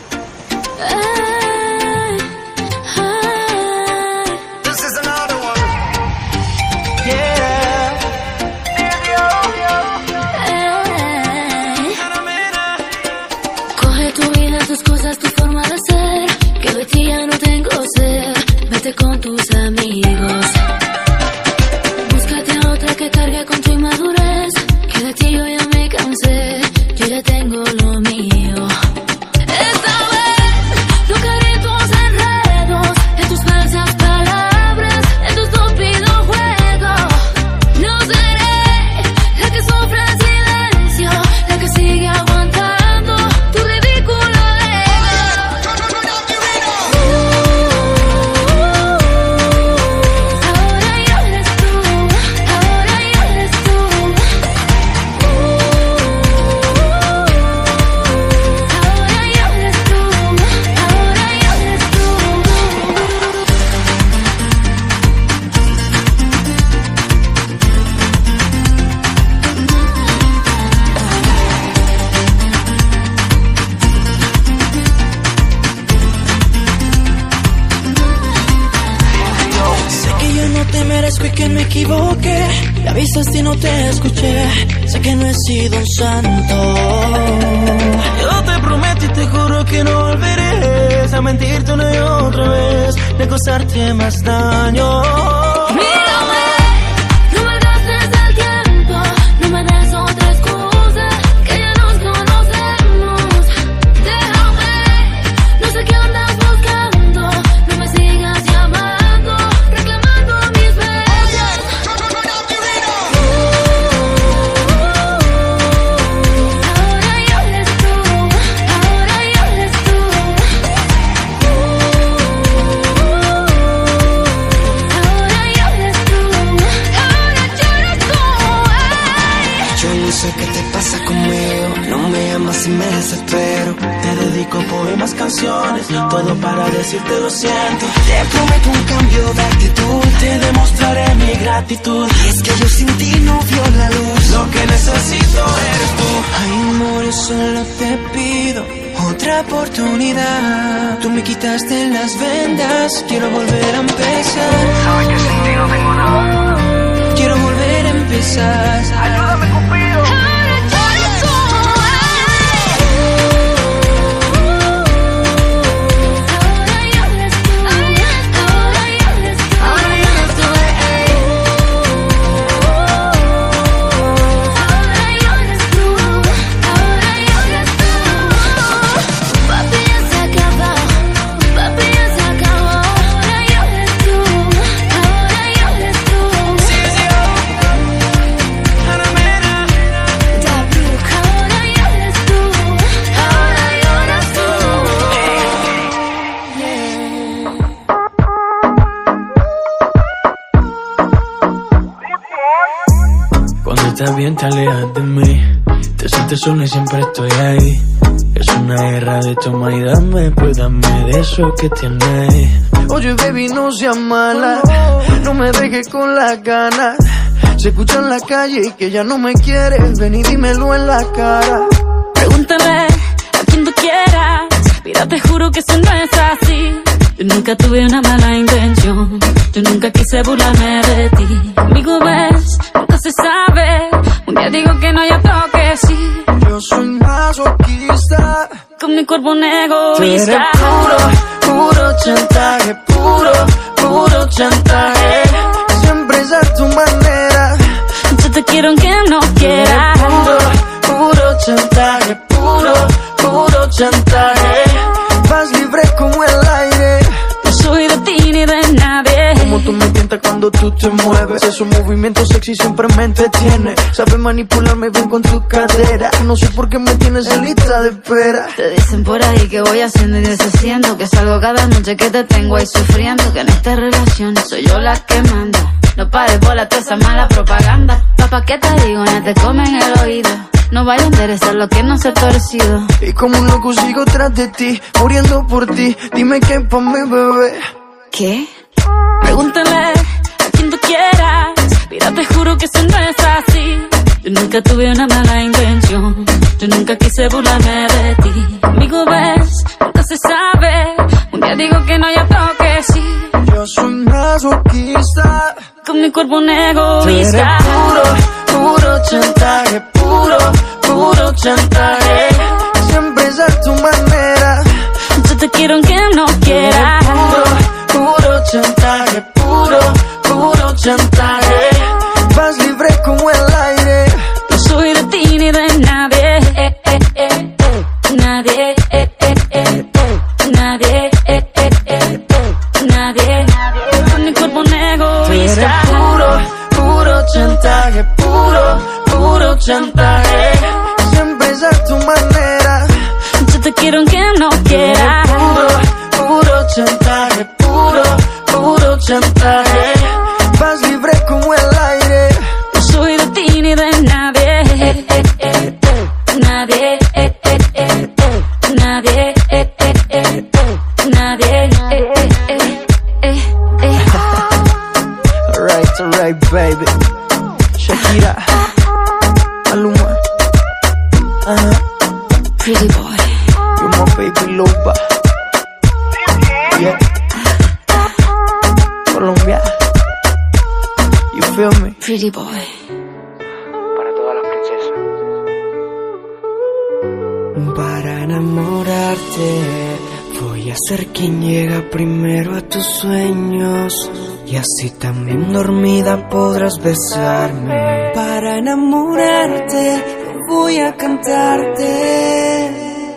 This is another one. Yeah. Coge tu vida, tus cosas, tu forma de ser. Que de ti ya no tengo sed. Vete con tus amigos. Búscate a otra que cargue con tu inmadurez. Que de ti yo ya me cansé. Yo ya tengo lo mío. Esta vez no caeré en tus enredos, en tus falsas palabras, en tu estúpido juego. No seré la que sufre en silencio, la que sigue aguantando tu ridículo ego. Ahora ya eres tú, ahora ya eres tú. Ahora ya eres tú, ahora ya eres tú. Sé que yo no te merezco y que me equivoqué. Me avisaste y no te escuché. Sé que no he sido un santo. Yo te prometo y te juro que no volveré a mentirte una y otra vez, de causarte más daño. Mírame, no malgastes el tiempo, no me des otra excusa, que ya nos conocemos. Déjame, no sé qué andas buscando, no me sigas llamando, reclamando mis besos. Ahora ya eres tú, ahora ya eres tú. Ahora ya eres tú, ahora ya eres tú. Yo no sé qué te pasa conmigo, no me llamas y me desespero. Te dedico poemas, canciones, todo para decirte lo siento. Te prometo un cambio de actitud, te demostraré mi gratitud. Y es que yo sin ti no veo la luz, lo que necesito eres tú. Ay, amor, yo solo te pido otra oportunidad. Tú me quitaste las vendas, quiero volver a empezar. Sabes que sin ti no tengo nada. Quiero volver a empezar. Ayúdame, Cupido. Ahora ya eres tú. Ahora ya eres tú. Ahora ya eres tú. Ahora ya eres tú. Ahora ya eres tú. Ahora ya eres tú. Papi, ya se acabó. Papi, ya se acabó. Ahora ya eres tú. Ahora ya eres tú. estás bien, te alejas de mí. Te sientes sola y siempre estoy ahí. Es una guerra de toma y dame, pues dame de eso que tienes. Oye, baby, no seas mala, no me dejes con las ganas. Se escucha en la calle y que ya no me quieres, ven y dímelo en la cara. Pregúntale a quien tú quieras, mira, te juro que eso no es así. Yo nunca tuve una mala intención, yo nunca quise burlarme de ti. Conmigo ves, nunca se sabe. Un día digo que no, ya toque sí. Yo soy masoquista, con mi cuerpo un egoísta. Tú eres puro chantaje, puro chantaje. Siempre es a tu manera. Yo te quiero aunque no quieras. Puro chantaje, puro chantaje. Vas libre como el aire. No soy de ti ni de nadie. Como tú me tientas cuando tú te mueves. Esos movimientos sexy siempre me entretiene. Sabes manipularme bien con tu cadera. No sé por qué me tienes en lista de espera. Te dicen por ahí que voy haciendo y deshaciendo, que salgo cada noche que te tengo ahí sufriendo, que en esta relación soy yo la que manda. No pares bola toda esa mala propaganda. Papá, ¿qué te digo? No te comen el oído. No vaya a interesar lo que no se ha torcido. Y como un loco sigo tras de ti, muriendo por ti. Dime qué pa' mi bebé. ¿Qué? Pregúntale a quien tú quieras. Mira, te juro que eso no es así. Yo nunca tuve una mala intención, yo nunca quise burlarme de ti. Conmigo ves, nunca se sabe. Un día digo que no, ya toque sí. Yo soy masoquista, con mi cuerpo un egoísta. Tú eres puro chantaje, puro chantaje. Siempre es a tu manera. Yo te quiero aunque no quieras. Puro chantaje, puro chantaje. Vas libre como el aire. No soy de ti ni de nadie. Nadie. Nadie. Nadie. Con mi cuerpo un egoísta. Puro chantaje, puro chantaje. Siempre es a tu manera. Yo te quiero aunque no quieras. Puro chantaje, puro chantaje. Vas libre como el aire. No soy de ti ni de nadie. Nadie. Nadie. Nadie. Alright, baby. Shakira, Maluma, Pretty boy, you're my baby loba. Yeah, Colombia, you feel me? Pretty boy. Para todas las princesas. Para enamorarte, voy a ser quien llega primero a tus sueños. Y así también dormida podrás besarme. Para enamorarte, voy a cantarte.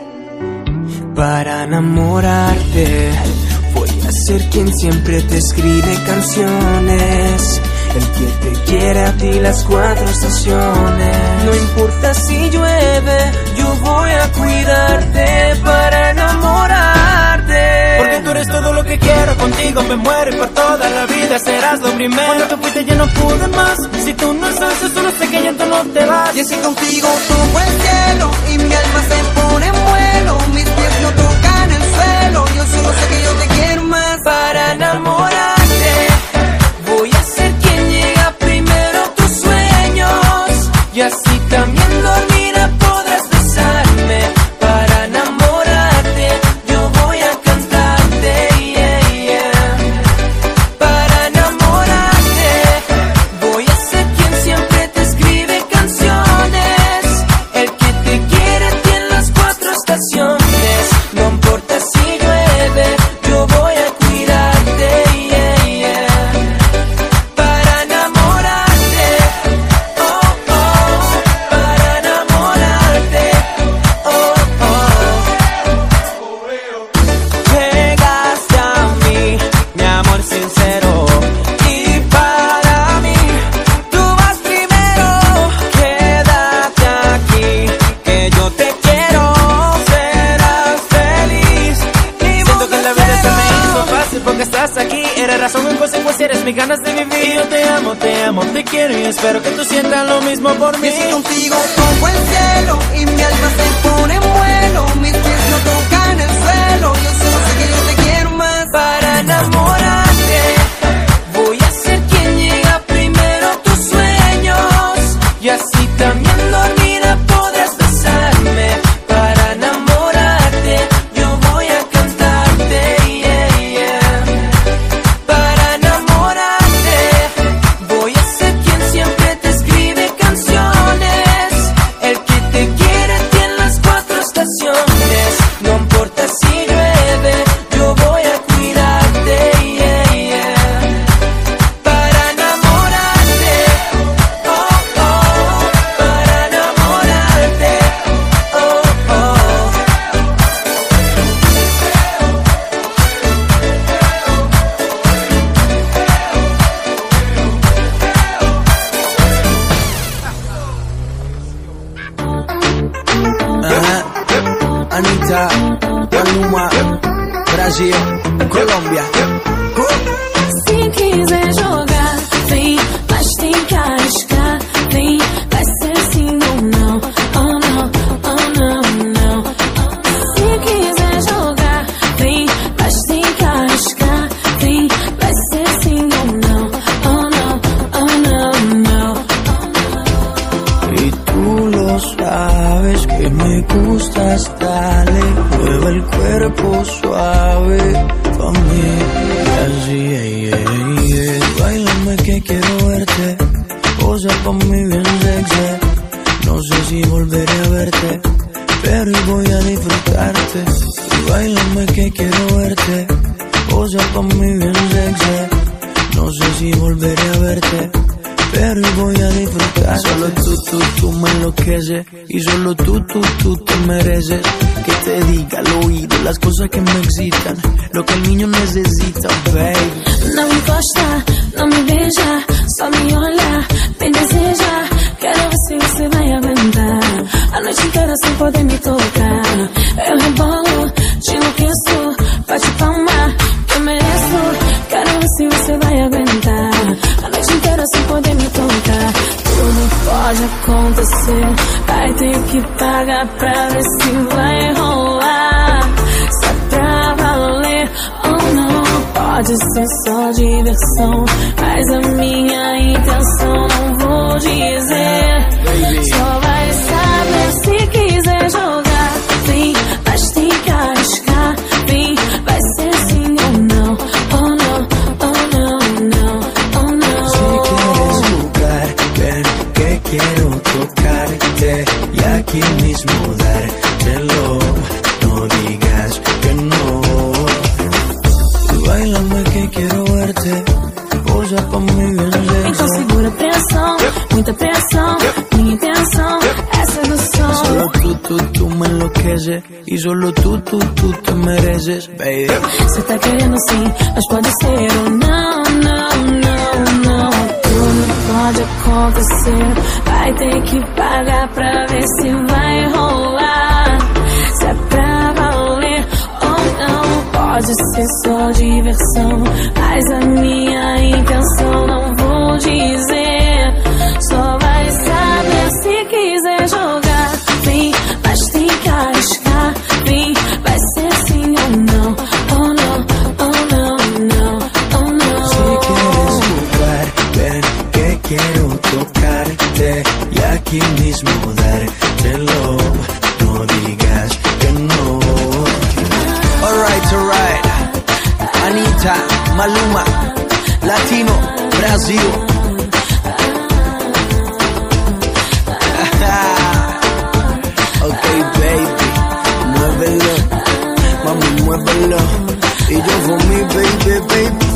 Para enamorarte, voy a ser quien siempre te escribe canciones. El que te quiere a ti las 4 estaciones. No importa si llueve, yo voy a cuidarte para enamorarte. Porque tú eres todo lo que quiero, contigo me muero y por toda la vida serás lo primero. Cuando te fuiste ya no pude más, si tú no estás yo solo sé que ya tú no te vas. Y así contigo toco el cielo y mi alma se pone en vuelo. Mis pies no tocan el suelo, yo solo sé que yo te quiero más. Para enamorarte, voy a ser quien llega primero a tus sueños. Y así también dormida podrás besarme. Para enamorarte, yo voy a cantarte, yeah, yeah. Para enamorarte, voy a ser quien siempre te escribe canciones. El que te quiere tiene las 4 estaciones. No importa si llueve, yo voy a cuidarte, yeah, yeah. Para enamorarte, oh, oh. Para enamorarte, oh, oh. Llegaste a mí, mi amor sincero. Y para mí, tú vas primero. Quédate aquí, que yo te quiero. Serás feliz. Siento que la vida se me hizo fácil porque estás aquí. Eres razón en consecuencia, eres mis ganas de vivir. Y yo te amo, te quiero y espero que tú sientas lo mismo por mí. Y si contigo toco el cielo y mi alma se pone en vuelo. Mis pies no tocan el suelo, yo solo sé que yo te quiero más. Para enamorarte, voy a ser quien llega primero a tus sueños. Y así también dormida podrás besarme. Para enamorarte, yo voy a cantarte, yeah, yeah. Brasil, Colômbia. Se quiser jogar, vem, mas tem que arriscar. Vem, vai ser sim ou não. Oh não, oh não, não. Se quiser jogar, vem, mas tem que arriscar. Vem, vai ser sim ou não. Oh não, oh não, não. Y tú lo sabes que me gustas, dale, mueve el cuerpo suave pa' mí. Así, bailame que quiero verte, posa pa' mí bien sexy. No sé si volveré a verte, pero hoy voy a disfrutarte. Bailame que quiero verte, posa pa' mí bien sexy. No sé si volveré a verte, pero hoy voy a disfrutar. Solo tú me enloqueces. Y solo tú te mereces. Que te diga al oído las cosas que me excitan, lo que el niño necesita, baby. Não encosta, não me beija, só me olha, me deseja. Quero ver se você vai aguentar a noite inteira sem poder me tocar. Eu rebolo, te enlouqueço, bate palma, eu mereço. Quero ver se você vai aguentar a noite inteira sem poder me tocar. Tudo pode acontecer, vai ter que pagar pra ver se vai rolar. Se é pra valer ou não, pode ser só diversão, mas a minha intenção não vou dizer. Só vai saber se quiser jogar. Vem, mas tem que arriscar. Vem, vai ser sim ou não. Oh não, oh não, não, oh não. Si quieres jugar, ven que quiero tocarte y aquí mismo dártelo. No digas que no. Bailame que quiero verte, posa pa' mí bien sexy. Então segura a pressão, muita pressão. Minha intenção é sedução. Solo tú me enloqueces. Y solo tú te mereces, baby. Cê tá querendo sim, mas pode ser ou não, não, não, não. Tudo pode acontecer, vai ter que pagar pra ver se vai rolar. Se é pra valer ou não, pode ser só diversão, mas a minha intenção não vou dizer. Só vai saber se quiser jogar. Vem, mas tem que arriscar. Vem, vai ser sim ou não. Oh não, oh não, não, oh não. Si quieres jugar, ven que quiero tocarte y aquí mismo dártelo. No digas que no. Alright. Anitta, Maluma, Latino, Brasil. Ok, baby, muévelo, mami, muévelo. Y yo for mi baby, baby.